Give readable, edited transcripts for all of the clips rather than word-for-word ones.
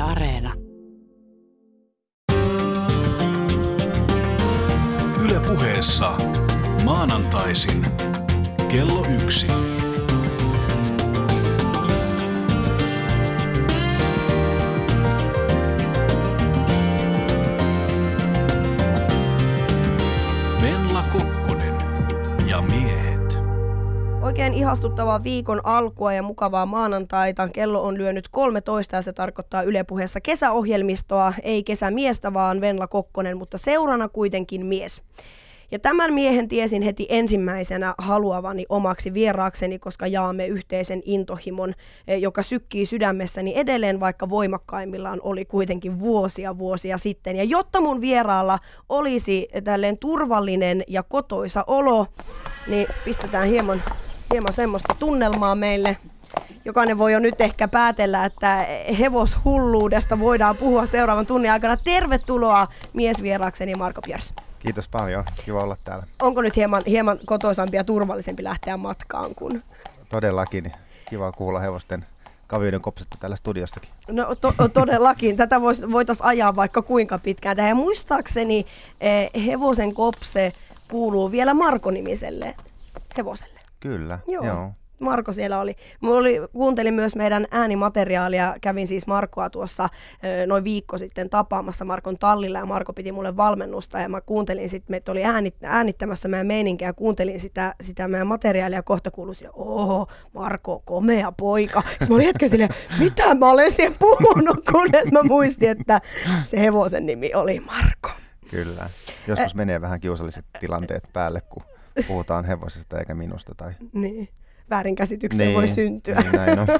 Areena. Yle Puheessa maanantaisin kello 1. Venla Kokkonen ja miehet. Oikein ihastuttavaa viikon alkua ja mukavaa maanantaita. Kello on lyönyt 13 ja se tarkoittaa Yle Puheessa kesäohjelmistoa. Ei kesämiestä, vaan Venla Kokkonen, mutta seurana kuitenkin mies. Ja tämän miehen tiesin heti ensimmäisenä haluavani omaksi vieraakseni, koska jaamme yhteisen intohimon, joka sykkii sydämessäni edelleen, vaikka voimakkaimmillaan oli kuitenkin vuosia sitten. Ja jotta mun vieraalla olisi tälleen turvallinen ja kotoisa olo, niin pistetään hieman semmoista tunnelmaa meille. Jokainen voi jo nyt ehkä päätellä, että hevoshulluudesta voidaan puhua seuraavan tunnin aikana. Tervetuloa miesvieraakseni Marko Björs. Kiitos paljon, kiva olla täällä. Onko nyt hieman kotoisampi ja turvallisempi lähteä matkaan? Todellakin, kiva kuulla hevosten kavioiden kopsetta täällä studiossakin. No todellakin, tätä voitaisiin ajaa vaikka kuinka pitkään tähän. Ja muistaakseni hevosen kopse kuuluu vielä Marko-nimiselle hevoselle. Kyllä, joo. Marko siellä oli. Kuuntelin myös meidän äänimateriaalia, kävin siis Markoa tuossa noin viikko sitten tapaamassa Markon tallilla ja Marko piti mulle valmennusta ja mä kuuntelin sitten, meitä oli äänittämässä meidän meininkiä ja kuuntelin sitä meidän materiaalia ja kohta kuului sille, Marko, komea poika. Sitten mä olin hetken silleen, mitä mä olen siellä puhunut, kunnes mä muistin, että se hevosen nimi oli Marko. Kyllä, joskus menee vähän kiusalliset tilanteet päälle, kun puhutaan hevosesta eikä minusta tai... Niin. Väärinkäsitykseen voi syntyä. Niin, näin on.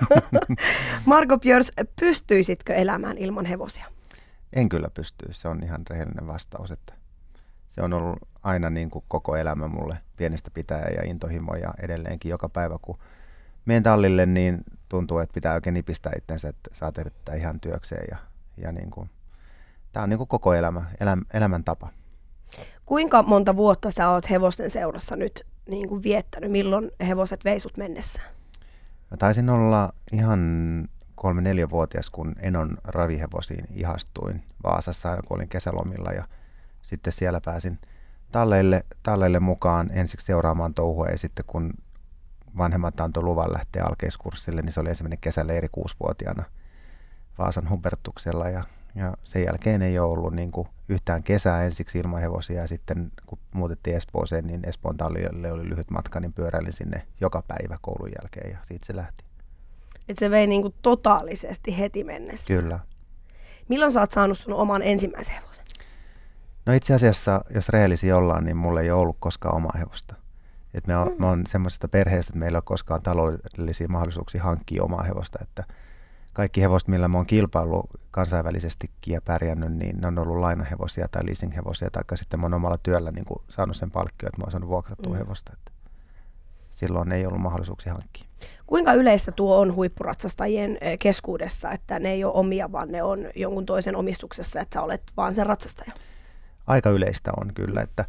Marko Björs, pystyisitkö elämään ilman hevosia? En kyllä pysty. Se on ihan rehellinen vastaus. Että se on ollut aina niin kuin koko elämä mulle pienestä pitäen ja intohimo ja edelleenkin joka päivä, kun menen tallille, niin tuntuu, että pitää oikein nipistää itsensä, että saa tehdä tätä ihan työkseen. Ja niin kuin, tämä on niin kuin koko elämäntapa. Kuinka monta vuotta sä oot hevosten seurassa nyt niin kuin viettänyt? Milloin hevoset veisut mennessään? Mä taisin olla ihan 3-4-vuotias, kun Enon ravihevosiin ihastuin Vaasassa, kun olin kesälomilla. Ja sitten siellä pääsin talleille mukaan ensiksi seuraamaan touhua. Ja sitten kun vanhemmat antoi luvan lähteä alkeiskurssille, niin se oli ensimmäinen kesäleiri 6-vuotiaana Vaasan Hubertuksella. Ja sen jälkeen ei ole ollut niin kuin yhtään kesää ensiksi ilman hevosia ja sitten kun muutettiin Espooseen, niin Espoon tallille oli lyhyt matka, niin pyöräilin sinne joka päivä koulun jälkeen ja siitä se lähti. Et se vei niin kuin totaalisesti heti mennessä. Kyllä. Milloin sä oot saanut sun oman ensimmäisen hevosen? No itse asiassa, jos rehellisiä ollaan, niin mulla ei ole ollut koskaan omaa hevosta. Et mä oon semmoisesta perheestä, että meillä ei ole koskaan taloudellisia mahdollisuuksia hankkia omaa hevosta, että kaikki hevoset, millä mä oon kilpaillut kansainvälisestikin ja pärjännyt, niin ne on ollut lainahevosia tai leasinghevosia, tai sitten mä oon omalla työllä niin kuin saanut sen palkkion, että mä oon saanut vuokrattua hevosta. Että silloin ei ollut mahdollisuuksia hankkia. Kuinka yleistä tuo on huippuratsastajien keskuudessa, että ne ei ole omia, vaan ne on jonkun toisen omistuksessa, että sä olet vaan sen ratsastaja? Aika yleistä on kyllä, että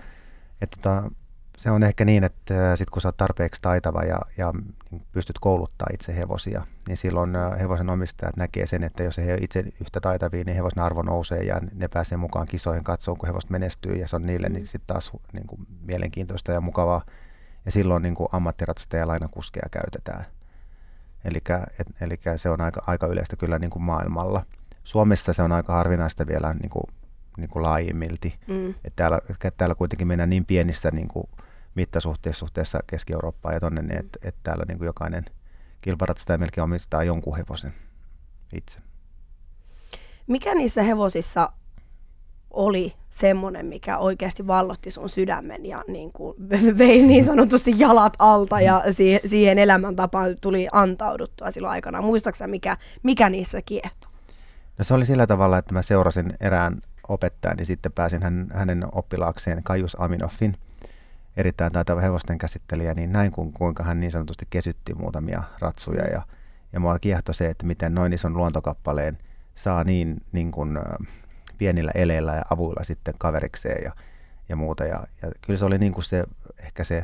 se on ehkä niin, että sit kun sä oot tarpeeksi taitava ja pystyt kouluttaa itse hevosia, niin silloin hevosen omistajat näkee sen, että jos he ei ole itse yhtä taitavia, niin hevosen arvo nousee ja ne pääsee mukaan kisoihin katsomaan, kun hevosta menestyy ja se on niille niin sitten taas niin kuin mielenkiintoista ja mukavaa. Ja silloin niin kuin ammattiratsastaja ja lainakuskeja käytetään. Eli se on aika yleistä kyllä niin kuin maailmalla. Suomessa se on aika harvinaista vielä niin kuin laajimmilti. Että täällä kuitenkin mennään niin pienissä niin kuin mittasuhteessa Keski-Eurooppaan ja tonne, niin että täällä niin kuin jokainen kilparatsastaja melkein omistaa jonkun hevosen itse. Mikä niissä hevosissa oli semmoinen, mikä oikeasti vallotti sun sydämen ja niin kuin vei niin sanotusti jalat alta ja siihen elämäntapaan tuli antauduttua silloin aikanaan? Muistaaksä mikä niissä kiehtoi? No se oli sillä tavalla, että mä seurasin erään opettajan ja sitten pääsin hänen oppilaakseen Kaius Aminoffin, erittäin taitava hevosten käsittelijä, niin näin kuinka hän niin sanotusti kesytti muutamia ratsuja ja mua kiehtoi se, että miten noin ison luontokappaleen saa niin kuin pienillä eleillä ja avuilla sitten kaverikseen ja muuta. Ja kyllä se oli niin kuin ehkä se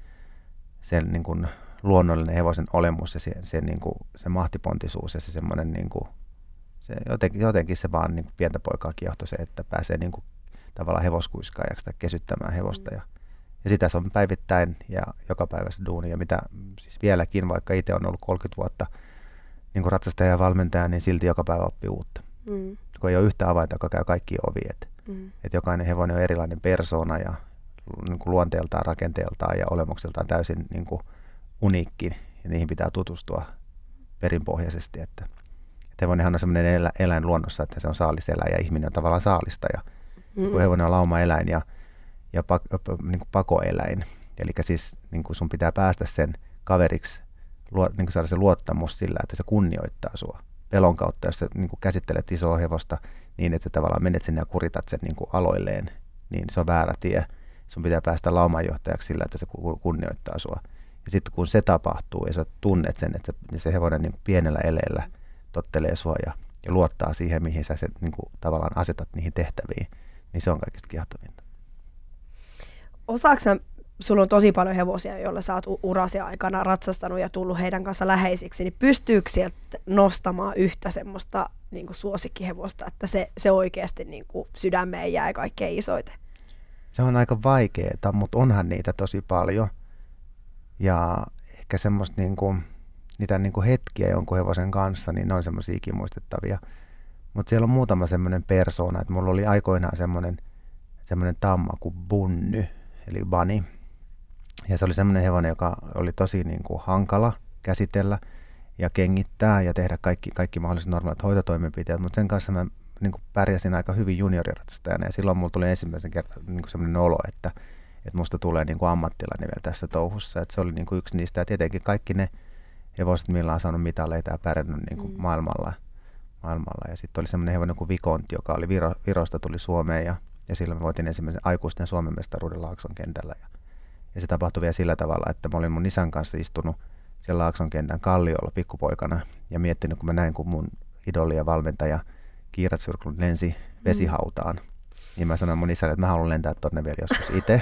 niin kuin luonnollinen hevosen olemus ja se, niin kuin, se mahtipontisuus ja se semmoinen niin kuin Jotenkin se vaan niin kuin pientä poikaa kiehtoi se, että pääsee niin kuin tavallaan hevoskuiskaajaksi tai kesyttämään hevosta. Ja sitä se on päivittäin ja joka päivä se duuni. Ja mitä siis vieläkin, vaikka itse on ollut 30 vuotta niin kuin ratsastaja ja valmentaja, niin silti joka päivä oppii uutta. Kun ei ole yhtä avainta, joka käy kaikkiin oviin. Että jokainen hevonen on erilainen persoona ja niin kuin luonteeltaan, rakenteeltaan ja olemukseltaan täysin niin kuin uniikki. Ja niihin pitää tutustua perinpohjaisesti. Että hevonenhan on sellainen eläin luonnossa, että se on saaliseläin ja ihminen on tavallaan saalistaja. Kun hevonen on laumaeläin ja niin kuin pakoeläin. Eli siis niin kuin sun pitää päästä sen kaveriksi, niin kuin saada se luottamus sillä, että se kunnioittaa sua. Pelon kautta, jos sä niin kuin käsittelet isoa hevosta niin, että sä tavallaan menet sinne ja kuritat sen niin kuin aloilleen, niin se on väärä tie. Sun pitää päästä laumanjohtajaksi sillä, että se kunnioittaa sua. Ja sitten kun se tapahtuu ja sä tunnet sen, että se hevonen niin kuin pienellä eleellä tottelee sua ja luottaa siihen, mihin sä se, niin kuin tavallaan asetat niihin tehtäviin, niin se on kaikista kiehtovinta. Osaatko sä, sulla on tosi paljon hevosia, joilla sä oot urasi aikana ratsastanut ja tullut heidän kanssa läheisiksi, niin pystyykö sieltä nostamaan yhtä semmoista niin kuin suosikkihevosta, että se oikeasti niin kuin sydämeen jää kaikkein isoiten? Se on aika vaikeaa, mutta onhan niitä tosi paljon. Ja ehkä semmoista niitä hetkiä jonkun hevosen kanssa, niin ne on semmoisia ikimuistettavia. Mutta siellä on muutama semmoinen persoona, että mulla oli aikoinaan semmoinen tamma kuin Bunny, eli Bunny. Ja se oli semmoinen hevonen, joka oli tosi hankala käsitellä ja kengittää ja tehdä kaikki mahdolliset normaalit hoitotoimenpiteet, mutta sen kanssa mä pärjäsin aika hyvin junioriratsastajana ja silloin mulla tuli ensimmäisen kerran semmoinen olo, että musta tulee ammattilainen vielä tässä touhussa. Että se oli yksi niistä ja tietenkin kaikki ne hevoset, millä on saanut mitaleita ja pärjännyt maailmalla. Ja sitten oli semmoinen hevonen kuin Vikonti, joka oli Virosta tuli Suomeen ja silloin me voitiin ensimmäisen aikuisten Suomen mestaruuden Laakson kentällä. Ja se tapahtui vielä sillä tavalla, että mä olin mun isän kanssa istunut siellä Laakson kentän kalliolla pikkupoikana ja miettinyt, kun mä näin, kun mun idoli ja valmentaja Kiirat Syrklund lensi vesihautaan. Niin mä sanoin mun isälle, että mä haluan lentää tonne vielä joskus itse.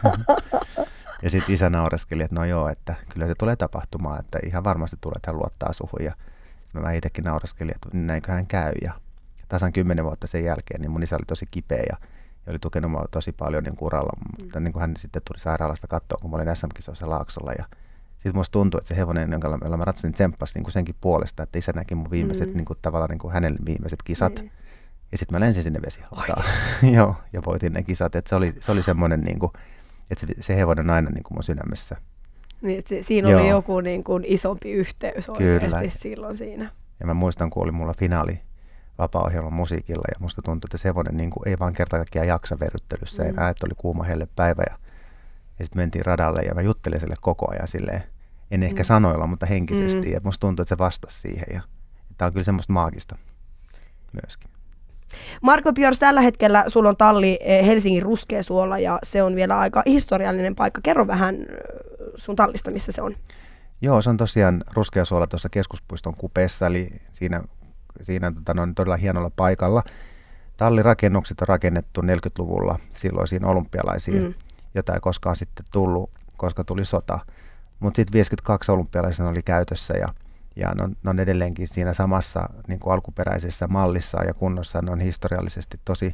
Ja sitten isä naureskeli, että no joo, että kyllä se tulee tapahtumaan, että ihan varmasti tulee, että hän luottaa suhun. Ja mä itsekin naureskelin, että näinkö hän käy. Ja tasan 10 vuotta sen jälkeen, niin mun isä oli tosi kipeä ja oli tukenut mua tosi paljon uralla. Mutta niin kuin hän sitten tuli sairaalasta katsoa, kun mä olin SM-kisoissa Laaksolla. Ja sitten musta tuntui, että se hevonen, jolla mä ratsasin, tsemppasi senkin puolesta, että isä näki mun viimeiset, tavallaan hänen viimeiset kisat. Ja sitten mä lensin sinne vesihautaan. Joo, ja voitin ne kisat. Että se oli semmoinen, että se hevonen on aina mun sydämessä. Niin, siinä oli joku isompi yhteys oikeasti silloin siinä. Ja mä muistan, kun oli mulla finaali vapaa-ohjelman musiikilla ja musta tuntui, että se hevonen ei vaan kerta kaikkiaan jaksa verryttelyssä enää, että oli kuuma hellepäivä ja sitten mentiin radalle ja mä juttelin sille koko ajan silleen, en ehkä sanoilla, mutta henkisesti ja musta tuntui, että se vastasi siihen ja tää on kyllä semmoista maagista myöskin. Marko Björs, tällä hetkellä sulla on talli Helsingin Ruskeasuolla ja se on vielä aika historiallinen paikka. Kerro vähän sun tallista, missä se on. Joo, se on tosiaan Ruskeasuolla tuossa keskuspuiston kupeessa, eli siinä todella hienolla paikalla. Tallirakennukset on rakennettu 40-luvulla silloisiin olympialaisiin, jota ei koskaan sitten tullut, koska tuli sota. Mutta sitten 52 olympialaisena oli käytössä ja ne on edelleenkin siinä samassa niin kuin alkuperäisessä mallissa ja kunnossa. Ne on historiallisesti tosi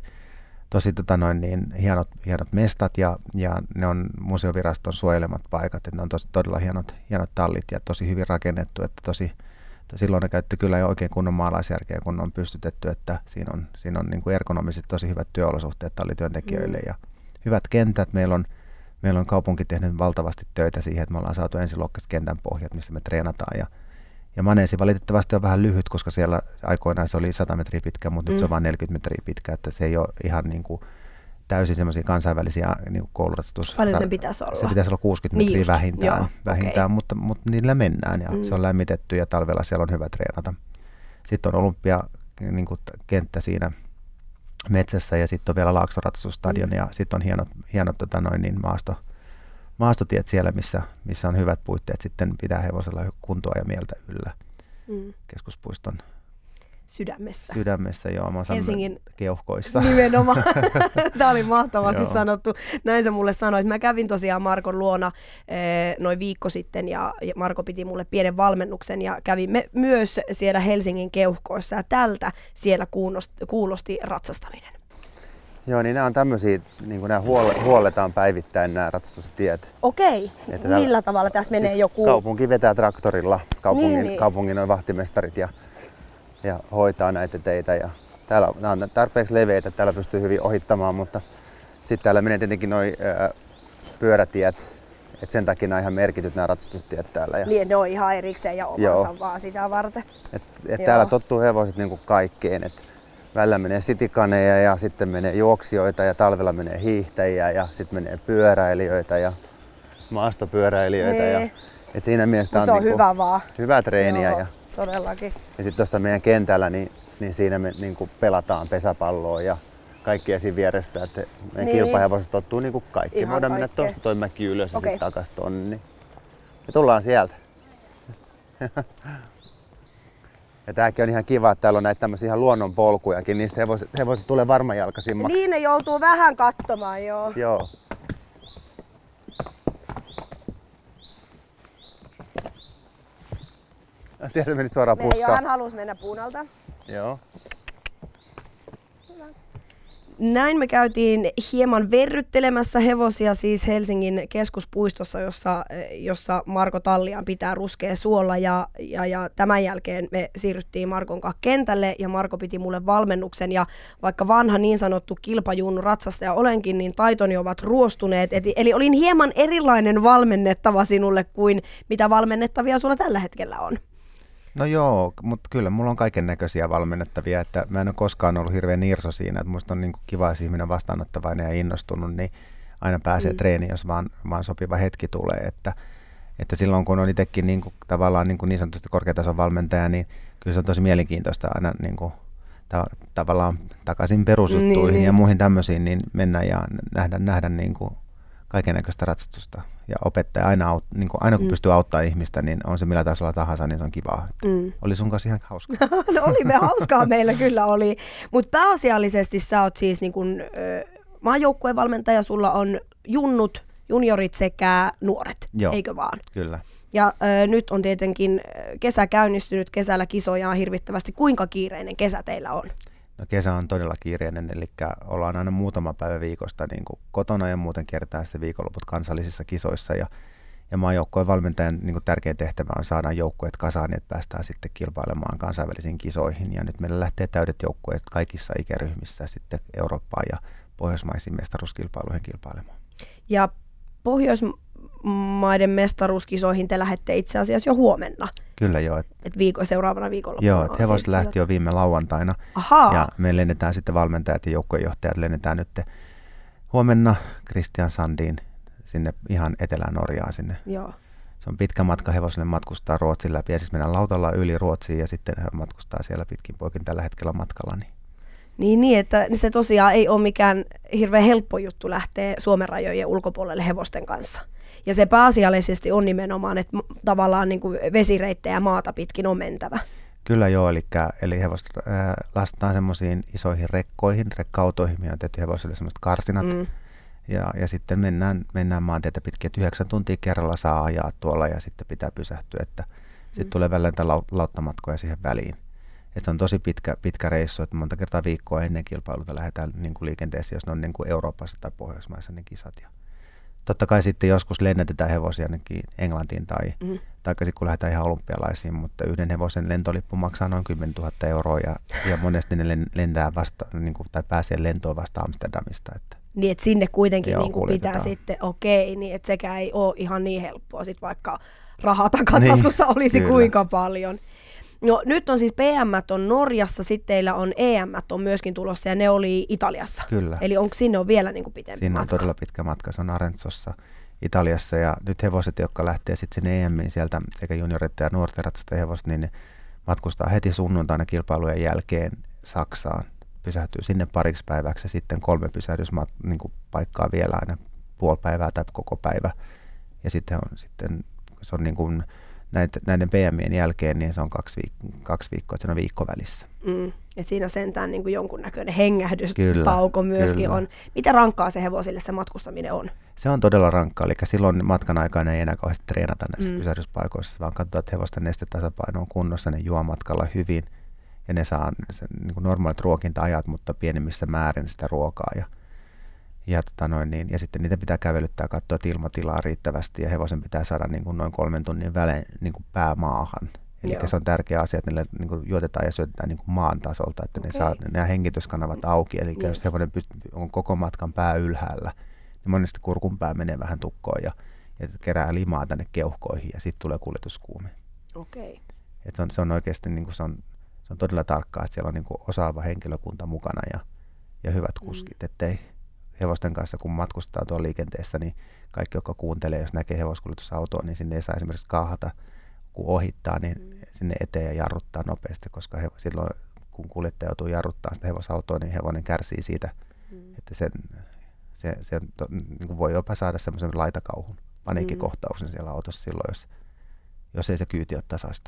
hienot mestat ja ne on museoviraston suojelemat paikat. Et ne on todella hienot tallit ja tosi hyvin rakennettu. Että silloin ne käytti kyllä jo oikein kunnon maalaisjärkeä, kun on pystytetty, että siinä on niin kuin ergonomisesti tosi hyvät työolosuhteet tallityöntekijöille ja hyvät kentät. Meillä on kaupunki tehnyt valtavasti töitä siihen, että me ollaan saatu ensiluokkaiset kentän pohjat, missä me treenataan. Ja maneesi valitettavasti on vähän lyhyt, koska siellä aikoinaan se oli 100 metriä pitkä, mutta nyt se on vain 40 metriä pitkä, että se ei ole ihan niin kuin täysin semmoisia kansainvälisiä niin kuin paljon sen pitäisi olla? Se pitäisi olla 60 metriä vähintään, mutta niillä mennään ja se on lämmitetty ja talvella siellä on hyvä treenata. Sitten on olympiakenttä siinä metsässä ja sitten on vielä Laakso-ratsastustadion ja sitten on hienot maastotiet siellä, missä on hyvät puitteet sitten pitää hevosella kuntoa ja mieltä yllä keskuspuiston. sydämessä. Sydämessä, joo. Mä sanon Helsingin keuhkoissa. Nimenomaan. Tämä oli mahtavasti sanottu. Näin se mulle sanoi. Mä kävin tosiaan Markon luona noin viikko sitten ja Marko piti mulle pienen valmennuksen ja kävimme myös siellä Helsingin keuhkoissa ja tältä siellä kuulosti ratsastaminen. Joo, niin nämä on tämmöisiä, niin kuin nämä huolletaan päivittäin nämä ratsastustiet. Okei. Millä tavalla tässä menee siis joku... Kaupunki vetää traktorilla, kaupungin on vahtimestarit ja hoitaa näitä teitä. Ja nämä on tarpeeksi leveitä, että täällä pystyy hyvin ohittamaan, mutta sitten täällä menee tietenkin nuo pyörätiet, että sen takia nämä on ihan merkityt nämä ratsastustiet täällä. Niin, ne on ihan erikseen ja omansa vaan sitä varten. Täällä tottuu hevoset niin kuin kaikkeen. Välillä menee sitikaneja ja sitten menee juoksijoita ja talvella menee hiihtäjiä ja sitten menee pyöräilijöitä ja maastopyöräilijöitä. Ja, et siinä mielessä se on hyvä vaan. Hyvä treeniä. Joo, todellakin. Ja sitten tuossa meidän kentällä, niin siinä me niin kuin pelataan pesäpalloa ja kaikkia siinä vieressä. Että meidän kilpahevoset tottuu niin kuin kaikki. Ihan me voidaan mennä tuosta toi mäki ylös ja sitten takas tonne. Niin me tullaan sieltä. Ja tääkin on ihan kiva, että täällä on näitä tämmöisiä ihan luonnonpolkujakin, niistä hevoset tulee varmajalkaisimmaksi. Niin ne joutuu vähän katsomaan, joo. Joo. Sieltä menit suoraan puskaan. Hän halusi mennä puunalta. Joo. Näin me käytiin hieman verryttelemässä hevosia siis Helsingin keskuspuistossa, jossa Marko talliaan pitää ruskea suolla ja tämän jälkeen me siirryttiin Markon kanssa kentälle ja Marko piti mulle valmennuksen ja vaikka vanha niin sanottu kilpajunnu ratsastaja olenkin, niin taitoni ovat ruostuneet. Eli olin hieman erilainen valmennettava sinulle kuin mitä valmennettavia sulla tällä hetkellä on. No joo, mutta kyllä mulla on kaiken näköisiä valmennettavia, että mä en ole koskaan ollut hirveän nirso siinä, että musta on niin kuin kiva, jos ihminen vastaanottavainen ja innostunut, niin aina pääsee treeniin, jos vaan sopiva hetki tulee, että silloin kun on itsekin niin kuin, tavallaan niin sanotusti korkeatason valmentaja, niin kyllä se on tosi mielenkiintoista aina niin kuin, tavallaan takaisin perusjuttuihin ja muihin tämmöisiin, niin mennä ja nähdä niin kuin kaikennäköistä ratsastusta. Ja opettaja aina kun pystyy auttamaan ihmistä, niin on se millä tasolla tahansa, niin se on kivaa. Oli sun kanssa ihan hauskaa. No olimme hauskaa, meillä kyllä oli. Mutta pääasiallisesti sä oot siis niin kun, maajoukkueen valmentaja, sulla on junnut, juniorit sekä nuoret, eikö vaan? Kyllä. Ja nyt on tietenkin kesä käynnistynyt, kesällä kisoja on hirvittävästi. Kuinka kiireinen kesä teillä on? No kesä on todella kiireinen, eli ollaan aina muutama päivä viikosta niin kuin kotona ja muuten kierretään sitten viikonloput kansallisissa kisoissa. Ja maajoukkueen valmentajan niin kuin tärkein tehtävä on saada joukkueet kasaan, niin että päästään sitten kilpailemaan kansainvälisiin kisoihin. Ja nyt meillä lähtee täydet joukkueet kaikissa ikäryhmissä sitten Eurooppaan ja pohjoismaisiin mestaruuskilpailuihin kilpailemaan. Ja Pohjoismaiden mestaruuskisoihin te lähdette itse asiassa jo huomenna. Kyllä joo. Seuraavana viikonloppuna. Joo, että hevoset lähti jo viime lauantaina. Ahaa. Ja me lennetään sitten valmentajat ja joukkuejohtajat lennetään nyt huomenna Christian Sandiin sinne ihan Etelä-Norjaan sinne. Joo. Se on pitkä matka hevoselle matkustaa Ruotsin läpi ja siis mennään lautalla yli Ruotsiin ja sitten he matkustaa siellä pitkin poikin tällä hetkellä matkalla. Niin, että se tosiaan ei ole mikään hirveän helppo juttu lähteä Suomen rajojen ulkopuolelle hevosten kanssa. Ja se pääasiallisesti on nimenomaan, että tavallaan niin kuin vesireittejä maata pitkin on mentävä. Kyllä joo, eli hevoset lastetaan semmoisiin isoihin rekkoihin, rekka-autoihin, mihin on tehty hevosille semmoiset karsinat. Ja sitten mennään maantietä pitkin, että 9 tuntia kerralla saa ajaa tuolla ja sitten pitää pysähtyä, että sitten tulee välillä lauttamatkoja siihen väliin. Että se on tosi pitkä reissu, että monta kertaa viikkoa ennen kilpailuta lähdetään niin kuin liikenteeseen, jos ne on niin kuin Euroopassa tai Pohjoismaissa ne kisat. Ja totta kai sitten joskus lennätetään hevosia ainakin Englantiin tai kun lähdetään ihan olympialaisiin, mutta yhden hevosen lentolippu maksaa noin 10 000 euroa ja monesti ne lentää vasta, niin kuin, tai pääsee lentoon vasta Amsterdamista. Että niin, että sinne kuitenkin niin kuin pitää sitten, niin että sekään ei ole ihan niin helppoa, sit vaikka rahaa takataskussa olisi kyllä. Kuinka paljon. No nyt on siis PM on Norjassa, sitten teillä on EM on myöskin tulossa ja ne oli Italiassa. Kyllä. Eli sinne on vielä niin kuin pitempi sinne matka? On todella pitkä matka, se on Arenzzossa Italiassa ja nyt hevoset, jotka lähtee sitten sinne EMiin sieltä sekä juniorit ja nuorten ratsastajien hevoset, niin ne matkustaa heti sunnuntaina kilpailujen jälkeen Saksaan, pysähtyy sinne pariksi päiväksi ja sitten 3 pysähdyspaikkaa vielä aina puoli päivää tai koko päivä ja sitten se on niin kuin näiden PMien jälkeen, niin se on 2 viikkoa, että se on viikko välissä. Ja siinä sentään niin kuin jonkunnäköinen hengähdystauko myöskin on. Mitä rankkaa se hevosille se matkustaminen on? Se on todella rankkaa, eli silloin matkan aikana ei enää kauheasti treenata näissä pysähdyspaikoissa, vaan katsotaan, että hevosten nestetasapaino on kunnossa, ne juo matkalla hyvin ja ne saa niin kuin normaalit ruokinta-ajat, mutta pienemmissä määrin sitä ruokaa. Ja sitten niitä pitää kävelyttää, katsoa ilmatilaa riittävästi ja hevosen pitää saada niin kuin noin 3 tunnin välein niin kuin päämaahan. Eli se on tärkeä asia, että niille niin kuin juotetaan ja syötetään niin kuin maan tasolta, että ne saa nämä hengityskanavat auki. Eli jos hevonen on koko matkan pää ylhäällä, niin monesti kurkunpää menee vähän tukkoon ja kerää limaa tänne keuhkoihin ja sitten tulee kuljetuskuume. Okay. Se on oikeasti niin kuin se on todella tarkkaa, että siellä on niin kuin osaava henkilökunta mukana ja hyvät kuskit, ettei hevosten kanssa, kun matkustaa tuolla liikenteessä, niin kaikki, jotka kuuntelee, jos näkee hevoskuljetusautoa, niin sinne ei saa esimerkiksi kaahata, kun ohittaa, niin sinne eteen ja jarruttaa nopeasti, koska silloin, kun kuljettaja joutuu jarruttamaan sitä hevosautoa, niin hevonen kärsii siitä, että se niin kuin voi jopa saada semmoisen laitakauhun, paniikkikohtauksen siellä autossa silloin, jos ei se kyyti ole tasaista.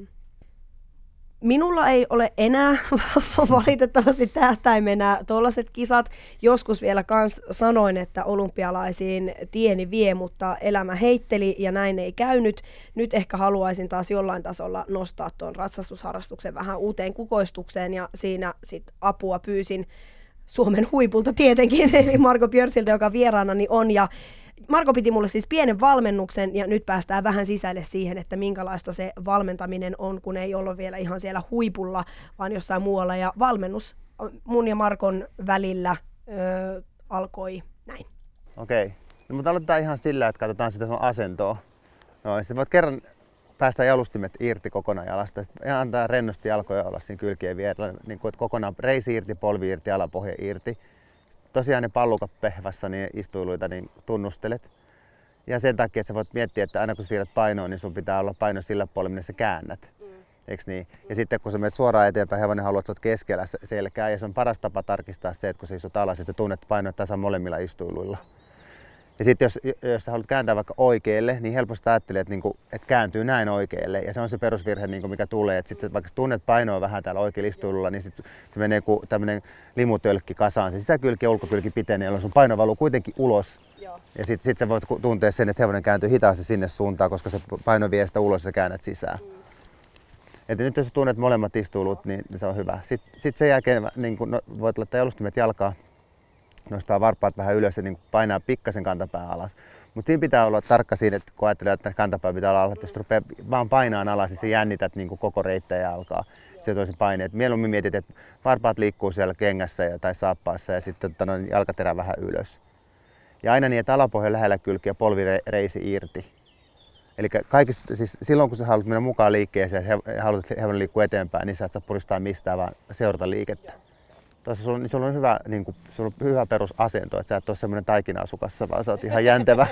Minulla ei ole enää valitettavasti tähtäimenä tuollaiset kisat. Joskus vielä sanoin, että olympialaisiin tieni vie, mutta elämä heitteli ja näin ei käynyt. Nyt ehkä haluaisin taas jollain tasolla nostaa tuon ratsastusharrastuksen vähän uuteen kukoistukseen ja siinä sit apua pyysin Suomen huipulta tietenkin, eli Marko Björsiltä, joka vieraanani on. Ja Marko piti mulle siis pienen valmennuksen ja nyt päästään vähän sisälle siihen, että minkälaista se valmentaminen on, kun ei olla vielä ihan siellä huipulla, vaan jossain muualla. Ja valmennus mun ja Markon välillä alkoi näin. Okei. No, mutta aloitetaan ihan sillä, että katsotaan sitä sun asentoa. No, sitten voit kerran päästä jalustimet irti kokonaan jalasta. Sitten antaa rennosti jalkoja olla siinä kylkien vierellä, niin kuin, että kokonaan reisi irti, polvi irti, alapohja irti. Tosiaan ne pallukat pehvässä, niin istuiluita niin tunnustelet. Ja sen takia, että sä voit miettiä, että aina kun siirrät painoa, niin sun pitää olla paino sillä puolella, minne sä käännät. Eiks niin? Ja sitten kun sä menet suoraan eteenpäin, hevonen haluaa, että sä oot keskellä selkää. Ja se on paras tapa tarkistaa se, että kun sä istut alas, että sä tunnet painoa tasan molemmilla istuiluilla. Ja sitten jos sä haluat kääntää vaikka oikealle, niin helposti ajattelee, että kääntyy näin oikealle. Ja se on se perusvirhe, mikä tulee. Että sitten vaikka tunnet painoa vähän täällä oikealla istuilulla, niin sitten se menee kuin tämmöinen limutölkki kasaan. Se sisäkylki ja ulkokylki pitenee, jolloin sun paino valuu kuitenkin ulos. Joo. Ja sitten sä voit tuntea sen, että hevonen kääntyy hitaasti sinne suuntaan, koska se paino vie sitä ulos ja sä käännät sisään. Että nyt jos sä tunnet molemmat istuilut, niin se on hyvä. Sitten sen jälkeen niin voit laittaa jalustimet jalkaa. Nostaa varpaat vähän ylös ja niin painaa pikkasen kantapää alas. Mutta siinä pitää olla tarkka siinä, että kun ajattelee, että kantapää pitää olla alas, että jos rupeaa vaan painaan alas, niin sä jännität niin koko reittäjä jalkaa. Se on se paine. Et mieluummin mietit, että varpaat liikkuu siellä kengässä tai saappaassa ja sitten jalkaterä vähän ylös. Ja aina niin, että alapohja lähellä kylki ja polvi reisi irti. Eli kaikista, siis silloin kun sä haluat mennä mukaan liikkeeseen ja haluat, että hevonen liikkuu eteenpäin, niin sä et saa puristaa mistään, vaan seurata liikettä. Tuossa sulla on hyvä, niin kuin, sulla on hyvä perusasento, että sä et ole semmoinen taikina-asukassa, vaan sä oot ihan jäntevä.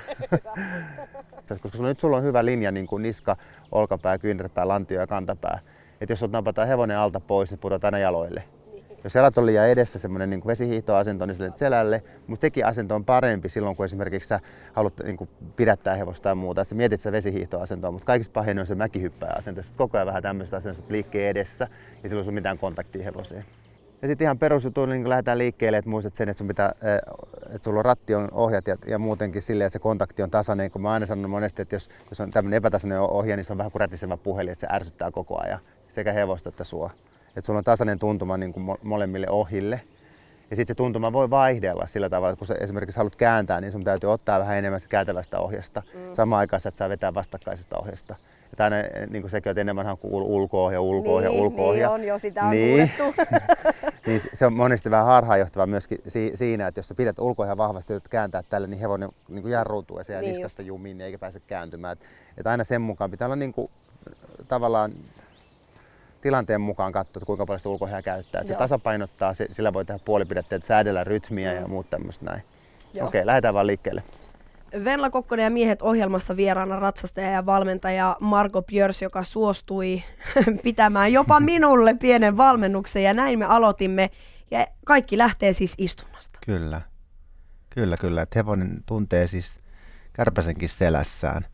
Koska sulla on hyvä linja, niin kuin niska, olkapää, kyynärpää, lantio ja kantapää. Että jos napataan hevonen alta pois, niin pudotaan aina jaloille. Jos jalat on liian edessä semmoinen niin kuin vesihiihtoasento, niin sille selälle, mutta sekin asento on parempi silloin, kun esimerkiksi sä haluat niin kuin pidättää hevosta ja muuta. Että sä mietit sitä vesihiihtoasentoa, mutta kaikista pahin on se mäkihyppääasento. Sitten koko ajan vähän tämmöistä asentosta liikkeen edessä ja silloin sun mitään kontaktia hevoseen. Ja sitten ihan perusjuttu, niin kun lähdetään liikkeelle, että muistat sen, että, että sulla on ratti on ohjat ja muutenkin silleen, että se kontakti on tasainen. Kun mä aina sanon monesti, että jos on tämmöinen epätasainen ohja, niin se on vähän kuin rätisevä puhelin, että se ärsyttää koko ajan sekä hevosta että sua. Että sulla on tasainen tuntuma niin kuin molemmille ohille. Ja sitten se tuntuma voi vaihdella sillä tavalla, että kun sä esimerkiksi haluat kääntää, niin sun täytyy ottaa vähän enemmän sitä kääntävästä ohjasta. Samaan aikaan sä et saa vetää vastakkaisesta ohjasta. Että aina niin kuin sekin, että ennen vanhaan ulko-ohja. Niin on jo, sitä on kuulettu. Niin se on monesti vähän harhaanjohtavaa myöskin siinä, että jos sä pidät ulko-ohjaa vahvasti ja kääntää tälle, niin hevonen niin kuin jarruutuu ja se jää niskasta jumiin eikä pääse kääntymään. Että aina sen mukaan pitää olla niin kuin, tavallaan tilanteen mukaan katsoa, kuinka paljon sitä ulko-ohjaa käyttää. Että se tasapainottaa, sillä voi tehdä puolipidetteet, säädellä rytmiä ja muut tämmöistä näin. Okei, lähdetään vaan liikkeelle. Venla Kokkonen ja miehet -ohjelmassa vieraana ratsastaja ja valmentaja Marko Björs, joka suostui pitämään jopa minulle pienen valmennuksen ja näin me aloitimme. Ja kaikki lähtee siis istunnasta. Kyllä. Että hevonen tuntee siis kärpäsenkin selässään.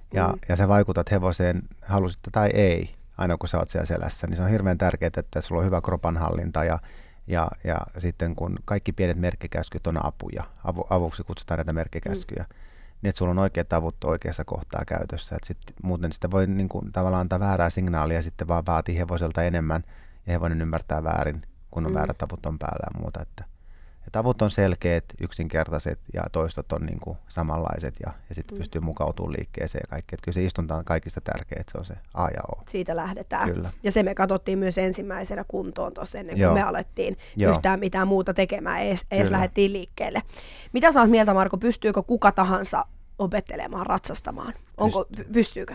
Ja sä vaikutat hevoseen, halusit tai ei, aina kun sä oot siellä selässä, niin se on hirveän tärkeää, että sulla on hyvä kropanhallinta ja sitten kun kaikki pienet merkkikäskyt on apuja, avuksi kutsutaan näitä merkkikäskyjä, niin että sulla on oikeat avut oikeassa kohtaa käytössä. Et muuten sitä voi niin kuin, tavallaan antaa väärää signaalia ja sitten vaan vaatii hevoselta enemmän ja hevonen ymmärtää väärin, kun on väärät avut on päällä ja muuta. Että avut on selkeät, yksinkertaiset ja toistot on niin kuin samanlaiset ja sitten pystyy mukautumaan liikkeeseen ja kaikki. Että kyllä se istunta on kaikista tärkeää, että se on se A ja O. Siitä lähdetään. Kyllä. Ja se me katsottiin myös ensimmäisenä kuntoon tuossa ennen kuin me alettiin yhtään mitään muuta tekemään, edes lähdettiin liikkeelle. Mitä sä oot mieltä, Marko, pystyykö kuka tahansa opettelemaan ratsastamaan? Pystyykö?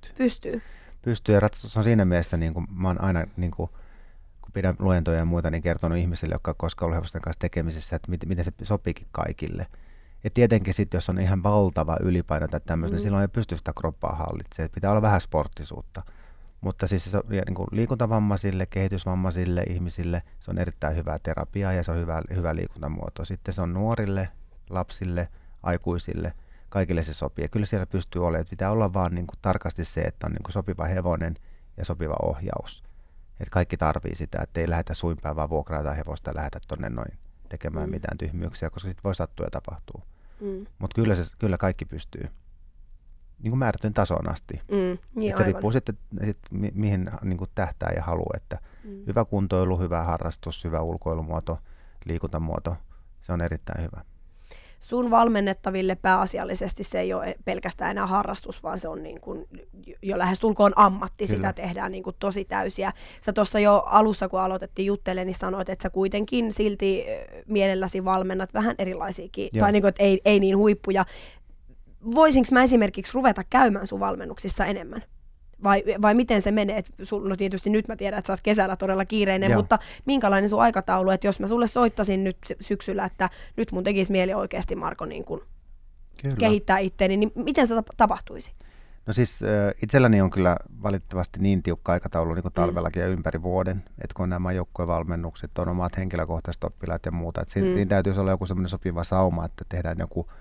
Pystyy ja ratsastus on siinä mielessä, niin kuin mä oon aina niin kuin, kun pidän luentoja ja muuta, niin kertonut ihmisille, jotka koskaan ollut hevosten kanssa tekemisissä, että miten se sopiikin kaikille. Ja tietenkin sitten, jos on ihan valtava ylipaino tai tämmöistä, niin silloin ei pysty sitä kroppaa hallitsemaan. Pitää olla vähän sporttisuutta. Mutta siis se on, niin kuin liikuntavammaisille, kehitysvammaisille ihmisille se on erittäin hyvää terapiaa ja se on hyvä liikuntamuoto. Sitten se on nuorille, lapsille, aikuisille, kaikille se sopii. Ja kyllä siellä pystyy olemaan, että pitää olla vaan niin kuin tarkasti se, että on niin kuin sopiva hevonen ja sopiva ohjaus. Että kaikki tarvii sitä, että ei lähdetä suinpäin vaan vuokrata hevosta ja lähdetä tonne noin tekemään mitään tyhmyyksiä, koska sitten voi sattua ja tapahtuu. Mutta kyllä kaikki pystyy. Niin kuin määrätyn tasoon asti. Niin se riippuu sitten mihin niin kuin tähtää ja haluaa, että hyvä kuntoilu, hyvä harrastus, hyvä ulkoilumuoto, liikuntamuoto, se on erittäin hyvä. Sun valmennettaville pääasiallisesti se ei ole pelkästään enää harrastus, vaan se on niin kuin jo lähestulkoon ammatti. Kyllä. Sitä tehdään niin kuin tosi täysiä. Sä tuossa jo alussa, kun aloitettiin juttelemaan, niin sanoit, että sä kuitenkin silti mielelläsi valmennat vähän erilaisiakin, tai niin kuin, että ei niin huippuja. Voisinko mä esimerkiksi ruveta käymään sun valmennuksissa enemmän? Vai miten se menee? No tietysti nyt mä tiedän, että sä oot kesällä todella kiireinen, mutta minkälainen sun aikataulu, että jos mä sulle soittasin nyt syksyllä, että nyt mun tekisi mieli oikeasti, Marko, niin kun kehittää itteeni, niin miten se tapahtuisi? No siis itselläni on kyllä valitettavasti niin tiukka aikataulu niin kuin talvellakin ja ympäri vuoden, että kun nämä joukkuevalmennukset on omat henkilökohtaiset oppilaat ja muuta, että siinä täytyisi olla joku semmoinen sopiva sauma, että tehdään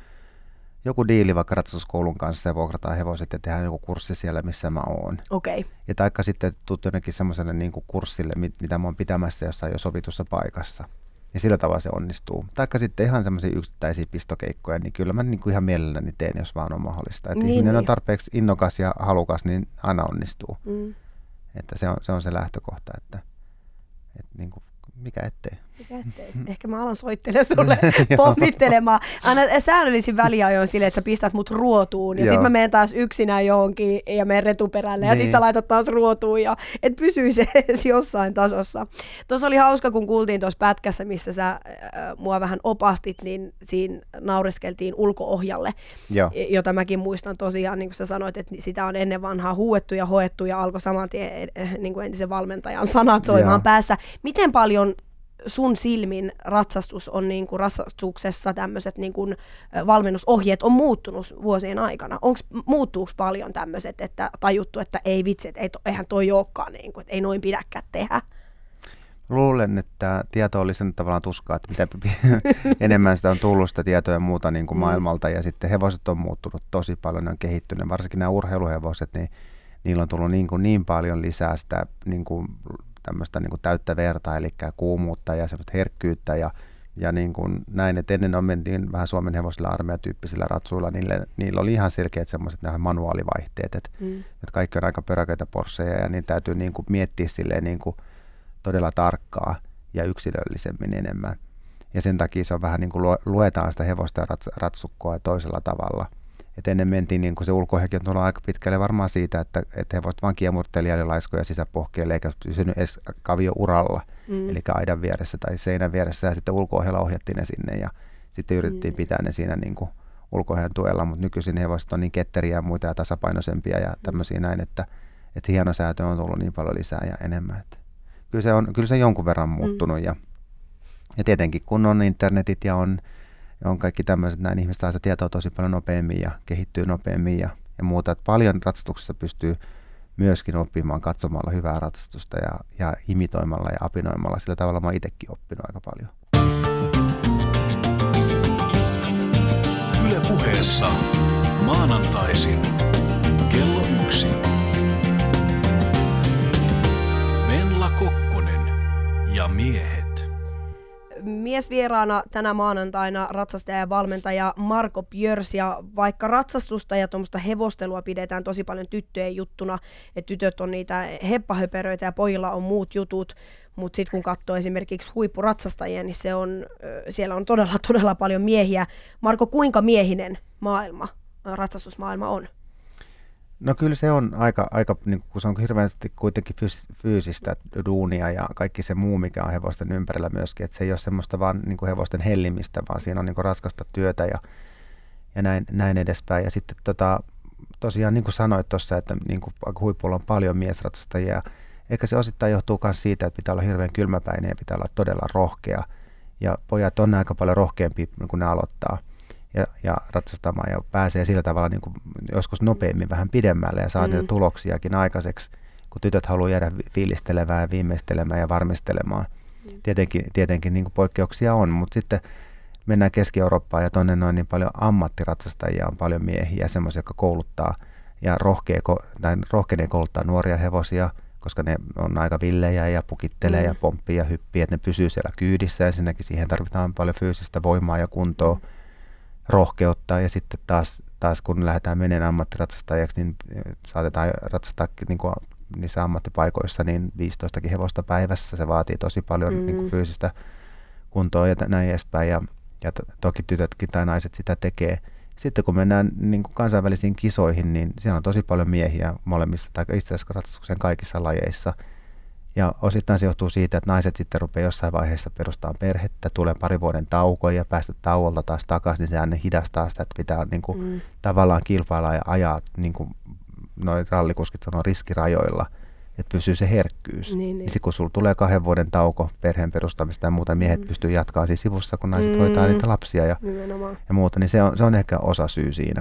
joku diili vaikka ratsastuskoulun kanssa ja vuokrataan hevoset ja tehdään joku kurssi siellä, missä mä oon. Okay. Ja taikka sitten tuut jonnekin semmoiselle niin kuin kurssille, mitä mä oon pitämässä jossain jo sovitussa paikassa. Ja sillä tavalla se onnistuu. Taikka sitten ihan semmoisia yksittäisiä pistokeikkoja, niin kyllä mä niin kuin ihan mielelläni teen, jos vaan on mahdollista. Että ihminen on tarpeeksi innokas ja halukas, niin aina onnistuu. Että se on se lähtökohta, että niin kuin mikä ettei. Ehkä mä alan soittelemaan sulle pommittelemaan. Aina säännöllisin väliajoin silleen, että sä pistät mut ruotuun ja sit mä menen taas yksinään johonkin ja menen retuperälle ja sit sä laitat taas ruotuun ja et pysyisi jossain tasossa. Tuossa oli hauska, kun kuultiin tuossa pätkässä, missä sä mua vähän opastit, niin siinä naureskeltiin ulko-ohjalle, jota mäkin muistan tosiaan, niin kuin sä sanoit, että sitä on ennen vanhaa huuettu ja hoettu ja alkoi saman tien niin kuin entisen valmentajan sanat soimaan päässä. Miten paljon sun silmin ratsastus on niin kuin ratsastuksessa tämmöiset niin kuin valmennusohjeet on muuttunut vuosien aikana? Muuttuuko paljon tämmöiset, että tajuttu, että ei vitsi, että eihän toi olekaan, niin kuin, että ei noin pidäkään tehdä? Luulen, että tieto oli sen tavallaan tuskaa, että mitä enemmän sitä on tullut sitä tietoa ja muuta niin kuin maailmalta ja sitten hevoset on muuttunut tosi paljon, ne on kehittynyt, varsinkin nämä urheiluhevoset, niin niillä on tullut niin paljon lisää sitä niin kuin tämmöistä niin kuin täyttä verta, eli kuumuutta ja semmoista herkkyyttä ja niin kuin näin, että ennen mentiin vähän Suomen hevosilla armeijatyyppisillä ratsuilla, niillä oli ihan selkeät semmoiset manuaalivaihteet, että kaikki on aika pöräköitä porsseja ja niin täytyy niin kuin miettiä silleen niin kuin todella tarkkaa ja yksilöllisemmin enemmän. Ja sen takia se on vähän niin kuin luetaan sitä hevosta ja ratsukkoa toisella tavalla. Et ennen mentiin, niin kuin se ulko-ohjakin on tullut aika pitkälle varmaan siitä, että hevoset vaan kiemurtteli ja laiskoja sisäpohkeille eikä pysynyt edes kavio-uralla, eli aidan vieressä tai seinän vieressä, ja sitten ulko-ohjalla ohjattiin ne sinne ja sitten yritettiin pitää ne siinä niin kuin ulko-ohjan tuella, mutta nykyisin hevoset on niin ketteriä ja muita ja tasapainoisempia ja tämmöisiä näin, että hienosäätö on tullut niin paljon lisää ja enemmän. Että kyllä se on jonkun verran muuttunut ja tietenkin kun on internetit ja on kaikki tämmöiset, näin ihmiset saa se tietoa tosi paljon nopeammin ja kehittyy nopeammin ja muuta. Että paljon ratsastuksessa pystyy myöskin oppimaan katsomalla hyvää ratsastusta ja imitoimalla ja apinoimalla. Sillä tavalla mä oon itsekin oppinut aika paljon. Yle Puheessa maanantaisin Kello 1. Venla Kokkonen ja miehet. Miesvieraana tänä maanantaina ratsastaja ja valmentaja Marko Björs, ja vaikka ratsastusta ja tuommoista hevostelua pidetään tosi paljon tyttöjen juttuna, että tytöt on niitä heppahöperöitä ja pojilla on muut jutut, mutta sitten kun katsoo esimerkiksi huippuratsastajia, niin siellä on todella paljon miehiä. Marko, kuinka miehinen ratsastusmaailma on? No kyllä se on aika niin kun se on hirveästi kuitenkin fyysistä duunia ja kaikki se muu, mikä on hevosten ympärillä myöskin, että se ei ole semmoista vaan niin kuin hevosten hellimistä, vaan siinä on niin kuin raskasta työtä ja näin edespäin. Ja sitten tosiaan niin kuin sanoit tuossa, että niin kuin huipulla on paljon miesratsastajia, eikä se osittain johtuu myös siitä, että pitää olla hirveän kylmäpäinen ja pitää olla todella rohkea. Ja pojat on aika paljon rohkeampia, kun ne aloittaa ja ratsastamaan ja pääsee sillä tavalla niin kuin joskus nopeammin vähän pidemmälle ja saa niitä tuloksiakin aikaiseksi, kun tytöt haluaa jäädä fiilistelemään ja viimeistelemään ja varmistelemaan. Tietenkin niin kuin poikkeuksia on, mutta sitten mennään Keski-Eurooppaan ja tuonne noin niin paljon ammattiratsastajia on paljon miehiä, semmoisia, jotka kouluttaa ja rohkenee kouluttaa nuoria hevosia, koska ne on aika villejä ja pukittelee ja pomppii ja hyppii, että ne pysyy siellä kyydissä. Ensinnäkin siihen tarvitaan paljon fyysistä voimaa ja kuntoa, rohkeutta, ja sitten taas kun lähdetään menemään ammattiratsastajaksi, niin saatetaan ratsastaa niin kuin niissä ammattipaikoissa niin 15 hevosta päivässä. Se vaatii tosi paljon niin kuin fyysistä kuntoa ja näin edespäin, ja toki tytötkin tai naiset sitä tekee. Sitten kun mennään niin kuin kansainvälisiin kisoihin, niin siellä on tosi paljon miehiä molemmissa, tai itse asiassa ratsastuksen kaikissa lajeissa. Ja osittain se johtuu siitä, että naiset sitten rupeaa jossain vaiheessa perustamaan perhettä, tulee pari vuoden tauko ja päästä tauolta taas takaisin, niin se aina hidastaa sitä, että pitää niin kuin tavallaan kilpailla ja ajaa, niin kuin noi rallikuskit sanoo, riskirajoilla, että pysyy se herkkyys. Niin. Sitten kun sulla tulee 2 vuoden tauko perheen perustamista ja muuta, miehet pystyy jatkamaan siinä sivussa, kun naiset hoitaa niitä lapsia ja muuta, niin se on ehkä osa syy siinä.